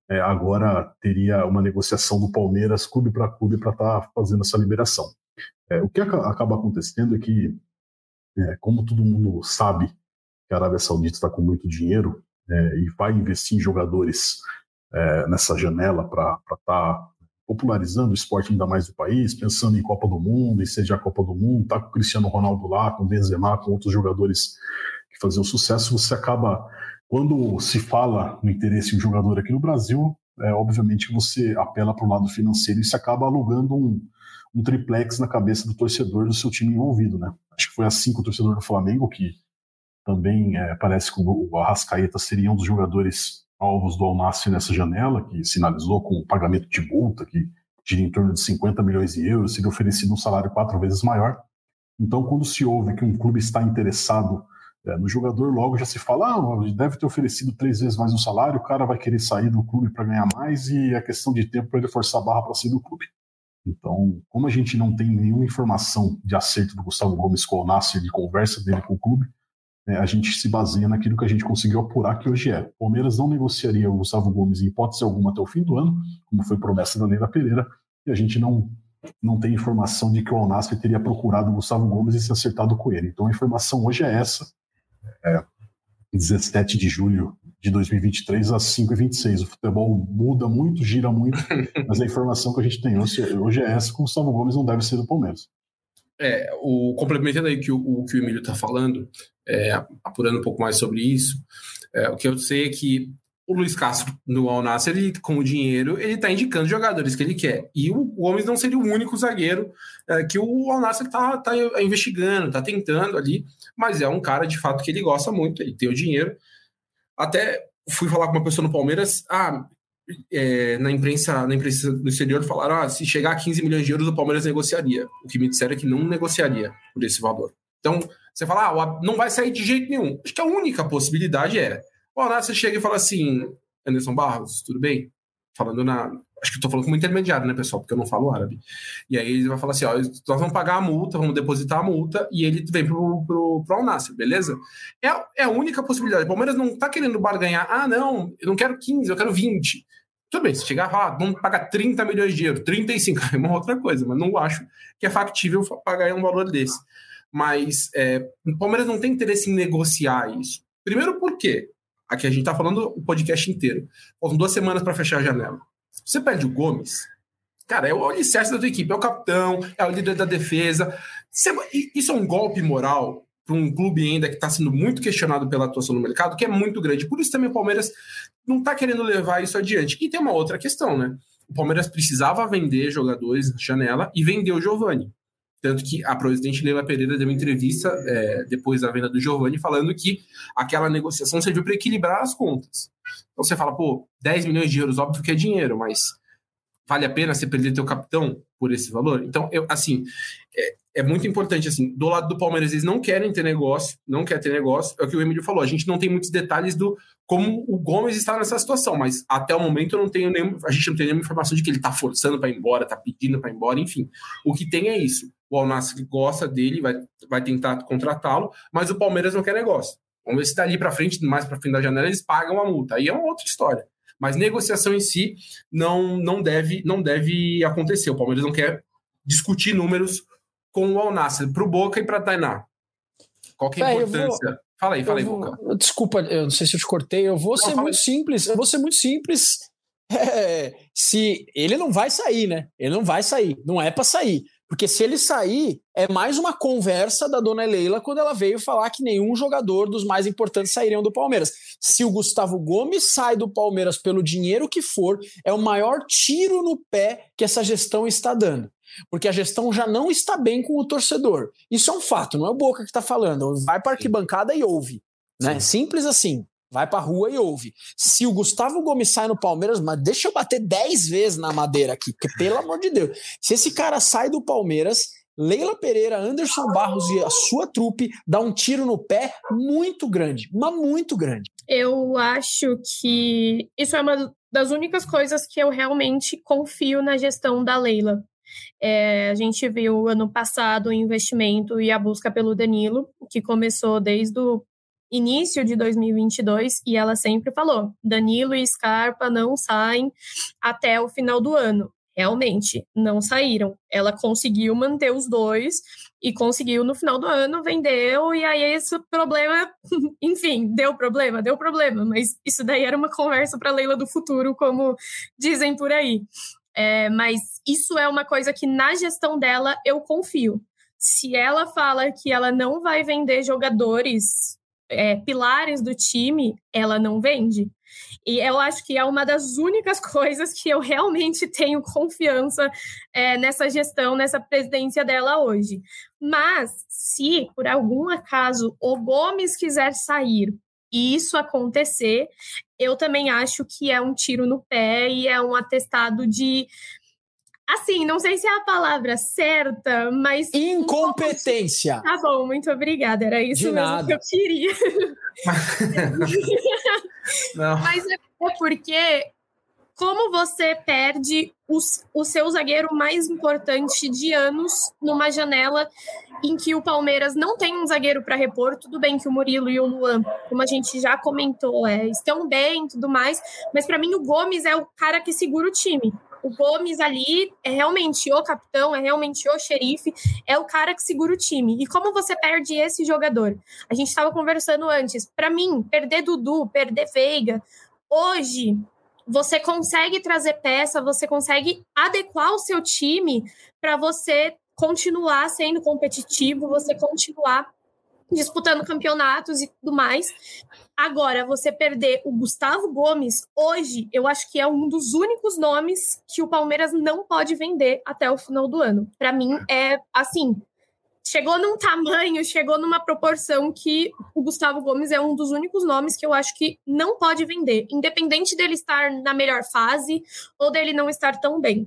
agora teria uma negociação do Palmeiras clube para estar fazendo essa liberação. O que acaba acontecendo é que, como todo mundo sabe que a Arábia Saudita está com muito dinheiro e vai investir em jogadores nessa janela para estar popularizando o esporte ainda mais do país, pensando em Copa do Mundo, em sediar a Copa do Mundo, tá com o Cristiano Ronaldo lá, com o Benzema, com outros jogadores que faziam sucesso, você acaba, quando se fala no interesse em um jogador aqui no Brasil, obviamente que você apela para o lado financeiro e se acaba alugando um triplex na cabeça do torcedor do seu time envolvido, né? Acho que foi assim que o torcedor do Flamengo, que também parece que o Arrascaeta seria um dos jogadores alvos do Al Nassr nessa janela, que sinalizou com o pagamento de multa, que gira em torno de 50 milhões de euros, seria oferecido um salário 4 vezes maior. Então, quando se ouve que um clube está interessado no jogador, logo já se fala, deve ter oferecido 3 vezes mais um salário, o cara vai querer sair do clube para ganhar mais e é questão de tempo para ele forçar a barra para sair do clube. Então, como a gente não tem nenhuma informação de acerto do Gustavo Gomes com o Al Nassr, de conversa dele com o clube, a gente se baseia naquilo que a gente conseguiu apurar que hoje é. O Palmeiras não negociaria o Gustavo Gomes em hipótese alguma até o fim do ano, como foi promessa da Leila Pereira, e a gente não tem informação de que o Al Nassr teria procurado o Gustavo Gomes e se acertado com ele. Então a informação hoje é essa. 17 de julho de 2023 às 5h26. O futebol muda muito, gira muito, mas a informação que a gente tem hoje é essa, que o Gustavo Gomes não deve ser do Palmeiras. Complementando aí o que o Emílio está falando, apurando um pouco mais sobre isso, o que eu sei é que o Luiz Castro, no Al Nassr, ele, com o dinheiro, ele está indicando jogadores que ele quer. E o Gomes não seria o único zagueiro que o Al Nassr está investigando, está tentando ali, mas é um cara, de fato, que ele gosta muito, ele tem o dinheiro. Até fui falar com uma pessoa no Palmeiras, na imprensa do exterior falaram, se chegar a 15 milhões de euros o Palmeiras negociaria. O que me disseram é que não negociaria por esse valor. Então, você fala, não vai sair de jeito nenhum. Acho que a única possibilidade o Al Nassr chega e fala assim, Anderson Barros, tudo bem? Acho que estou falando como intermediário, né, pessoal? Porque eu não falo árabe. E aí ele vai falar assim, nós vamos pagar a multa, vamos depositar a multa, e ele vem pro Al Nassr, beleza? É a única possibilidade. O Palmeiras não está querendo barganhar. Não, eu não quero 15, eu quero 20. Tudo bem, se chegar e falar, vamos pagar 30 milhões de euros, 35, é uma outra coisa, mas não acho que é factível pagar um valor desse. Mas o Palmeiras não tem interesse em negociar isso. Primeiro porque aqui a gente está falando o podcast inteiro. Faltam 2 semanas para fechar a janela. Você perde o Gomes, cara, é o alicerce da tua equipe, é o capitão, é o líder da defesa. Isso é um golpe moral para um clube ainda que está sendo muito questionado pela atuação no mercado, que é muito grande. Por isso também o Palmeiras não está querendo levar isso adiante. E tem uma outra questão, né? O Palmeiras precisava vender jogadores na janela e vendeu o Giovani. Tanto que a presidente Leila Pereira deu uma entrevista depois da venda do Giovani falando que aquela negociação serviu para equilibrar as contas. Então você fala, 10 milhões de euros, óbvio que é dinheiro, mas vale a pena você perder teu capitão por esse valor? Então, é muito importante, assim, do lado do Palmeiras, eles não querem ter negócio, é o que o Emílio falou, a gente não tem muitos detalhes do como o Gomes está nessa situação, mas até o momento a gente não tem nenhuma informação de que ele está forçando para ir embora, está pedindo para ir embora, enfim. O que tem é isso. O Al Nassr gosta dele, vai tentar contratá-lo, mas o Palmeiras não quer negócio. Vamos ver se dali para frente, mais para frente da janela, eles pagam a multa. Aí é uma outra história. Mas negociação em si não deve acontecer. O Palmeiras não quer discutir números com o Al Nassr para o Boca e para a Tainá. Qual que é a importância? Fala aí, Boca. Desculpa, eu não sei se eu te cortei. Eu vou ser muito simples. Se ele não vai sair, né? Ele não vai sair. Não é para sair. Porque se ele sair, é mais uma conversa da dona Leila quando ela veio falar que nenhum jogador dos mais importantes sairiam do Palmeiras. Se o Gustavo Gomes sai do Palmeiras pelo dinheiro que for, é o maior tiro no pé que essa gestão está dando. Porque a gestão já não está bem com o torcedor. Isso é um fato, não é o Boca que está falando. Vai para a arquibancada e ouve. Né? Simples assim. Vai pra rua e ouve. Se o Gustavo Gomes sai no Palmeiras, mas deixa eu bater 10 vezes na madeira aqui, porque pelo amor de Deus, se esse cara sai do Palmeiras, Leila Pereira, Anderson Barros e a sua trupe dá um tiro no pé muito grande, mas muito grande. Eu acho que isso é uma das únicas coisas que eu realmente confio na gestão da Leila. A gente viu ano passado o investimento e a busca pelo Danilo, que começou desde o início de 2022, e ela sempre falou, Danilo e Scarpa não saem até o final do ano. Realmente, não saíram. Ela conseguiu manter os dois e conseguiu no final do ano, vendeu, e aí esse problema, enfim, deu problema, mas isso daí era uma conversa para Leila do futuro, como dizem por aí. Mas isso é uma coisa que na gestão dela eu confio. Se ela fala que ela não vai vender jogadores pilares do time, ela não vende. E eu acho que é uma das únicas coisas que eu realmente tenho confiança nessa gestão, nessa presidência dela hoje. Mas, se por algum acaso o Gomes quiser sair e isso acontecer, eu também acho que é um tiro no pé e é um atestado de... Assim, não sei se é a palavra certa, mas... Incompetência. Tá bom, muito obrigada. Era isso mesmo que eu queria. Não. Mas é porque como você perde o seu zagueiro mais importante de anos numa janela em que o Palmeiras não tem um zagueiro para repor, tudo bem que o Murilo e o Luan, como a gente já comentou, estão bem e tudo mais, mas para mim o Gomes é o cara que segura o time. O Gomes ali é realmente o capitão, é realmente o xerife, é o cara que segura o time. E como você perde esse jogador? A gente estava conversando antes. Para mim, perder Dudu, perder Veiga, hoje você consegue trazer peça, você consegue adequar o seu time para você continuar sendo competitivo, você continuar disputando campeonatos e tudo mais. Agora, você perder o Gustavo Gomes, hoje, eu acho que é um dos únicos nomes que o Palmeiras não pode vender até o final do ano. Para mim, é assim, chegou num tamanho, chegou numa proporção que o Gustavo Gomes é um dos únicos nomes que eu acho que não pode vender, independente dele estar na melhor fase ou dele não estar tão bem.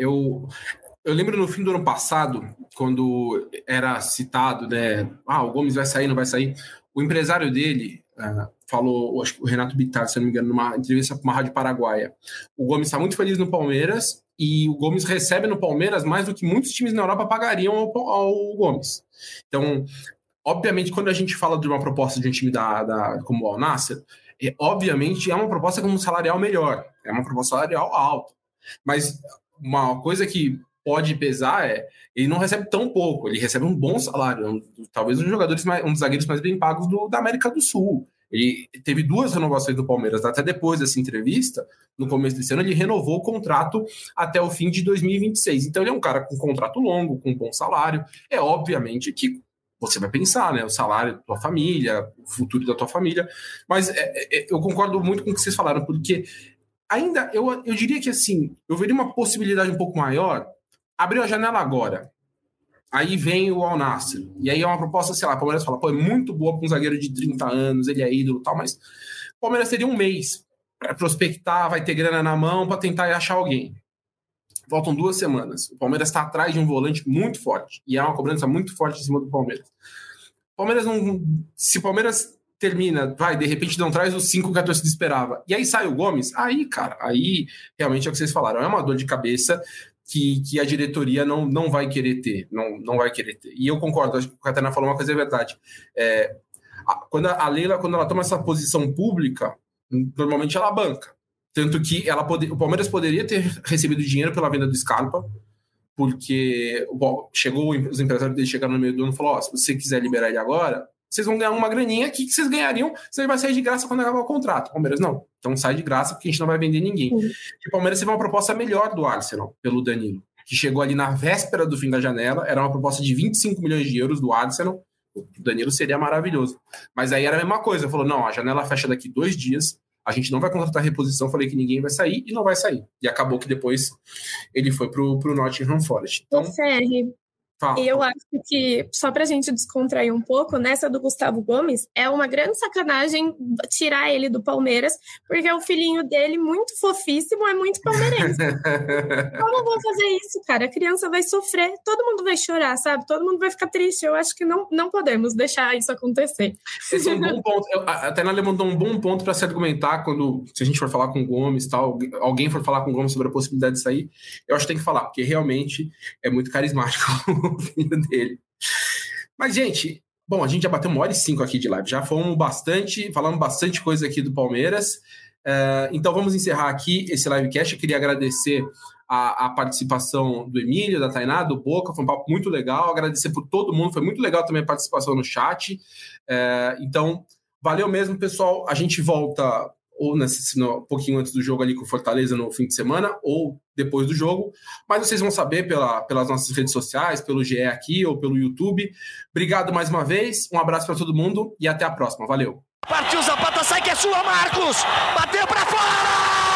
Eu lembro no fim do ano passado, quando era citado, né? O Gomes vai sair, não vai sair. O empresário dele falou, acho que o Renato Bittar, se não me engano, numa entrevista para uma rádio paraguaia. O Gomes está muito feliz no Palmeiras e o Gomes recebe no Palmeiras mais do que muitos times na Europa pagariam ao Gomes. Então, obviamente, quando a gente fala de uma proposta de um time como o Al Nassr, obviamente é uma proposta com um salarial melhor, é uma proposta salarial alta. Mas uma coisa que pode pesar ele não recebe tão pouco, ele recebe um bom salário, talvez um dos zagueiros mais bem pagos da América do Sul. Ele teve 2 renovações do Palmeiras, até depois dessa entrevista, no começo desse ano, ele renovou o contrato até o fim de 2026. Então ele é um cara com um contrato longo, com um bom salário. É obviamente que você vai pensar, né, o salário da tua família, o futuro da tua família, mas eu concordo muito com o que vocês falaram, porque ainda, eu diria que assim, eu veria uma possibilidade um pouco maior. Abriu a janela agora, aí vem o Al Nassr, e aí é uma proposta, sei lá, o Palmeiras fala, é muito boa para um zagueiro de 30 anos, ele é ídolo e tal, mas o Palmeiras teria um mês para prospectar, vai ter grana na mão para tentar achar alguém. Faltam 2 semanas, o Palmeiras está atrás de um volante muito forte, e é uma cobrança muito forte em cima do Palmeiras. Se o Palmeiras termina, de repente não traz os 5 que a torcida esperava, e aí sai o Gomes, aí realmente é o que vocês falaram, é uma dor de cabeça que a diretoria não vai querer ter, não vai querer ter. E eu concordo, acho que o Catena falou uma coisa, é verdade. Quando a Leila, quando ela toma essa posição pública, normalmente ela banca. Tanto que o Palmeiras poderia ter recebido dinheiro pela venda do Scarpa, porque os empresários dele chegaram no meio do ano e falaram, se você quiser liberar ele agora, vocês vão ganhar uma graninha que vocês ganhariam, você vai sair de graça quando acabar o contrato. O Palmeiras não. Então sai de graça porque a gente não vai vender ninguém. E o Palmeiras teve uma proposta melhor do Arsenal, pelo Danilo, que chegou ali na véspera do fim da janela, era uma proposta de 25 milhões de euros do Arsenal, o Danilo seria maravilhoso. Mas aí era a mesma coisa, falou, não, a janela fecha daqui 2 dias, a gente não vai contratar reposição, falei que ninguém vai sair e não vai sair. E acabou que depois ele foi pro Nottingham Forest. Então, eu acho que, só pra gente descontrair um pouco, nessa do Gustavo Gomes, é uma grande sacanagem tirar ele do Palmeiras, porque o filhinho dele, muito fofíssimo, é muito palmeirense. Como vão fazer isso, cara? A criança vai sofrer, todo mundo vai chorar, sabe? Todo mundo vai ficar triste. Eu acho que não podemos deixar isso acontecer. Esse é um bom ponto. A Tainá levantou um bom ponto para se argumentar se a gente for falar com o Gomes, tal, alguém for falar com o Gomes sobre a possibilidade de sair, eu acho que tem que falar, porque realmente é muito carismático o filho dele. Mas, gente, a gente já bateu 1h05 aqui de live, já falamos bastante coisa aqui do Palmeiras, então vamos encerrar aqui esse livecast. Eu queria agradecer a participação do Emílio, da Tainá, do Boca, foi um papo muito legal, agradecer por todo mundo, foi muito legal também a participação no chat, então valeu mesmo, pessoal, a gente volta ou um pouquinho antes do jogo ali com o Fortaleza no fim de semana, ou depois do jogo, mas vocês vão saber pelas nossas redes sociais, pelo GE aqui ou pelo YouTube. Obrigado mais uma vez, um abraço para todo mundo e até a próxima, valeu! Partiu Zapata, sai que é sua, Marcos! Bateu para fora!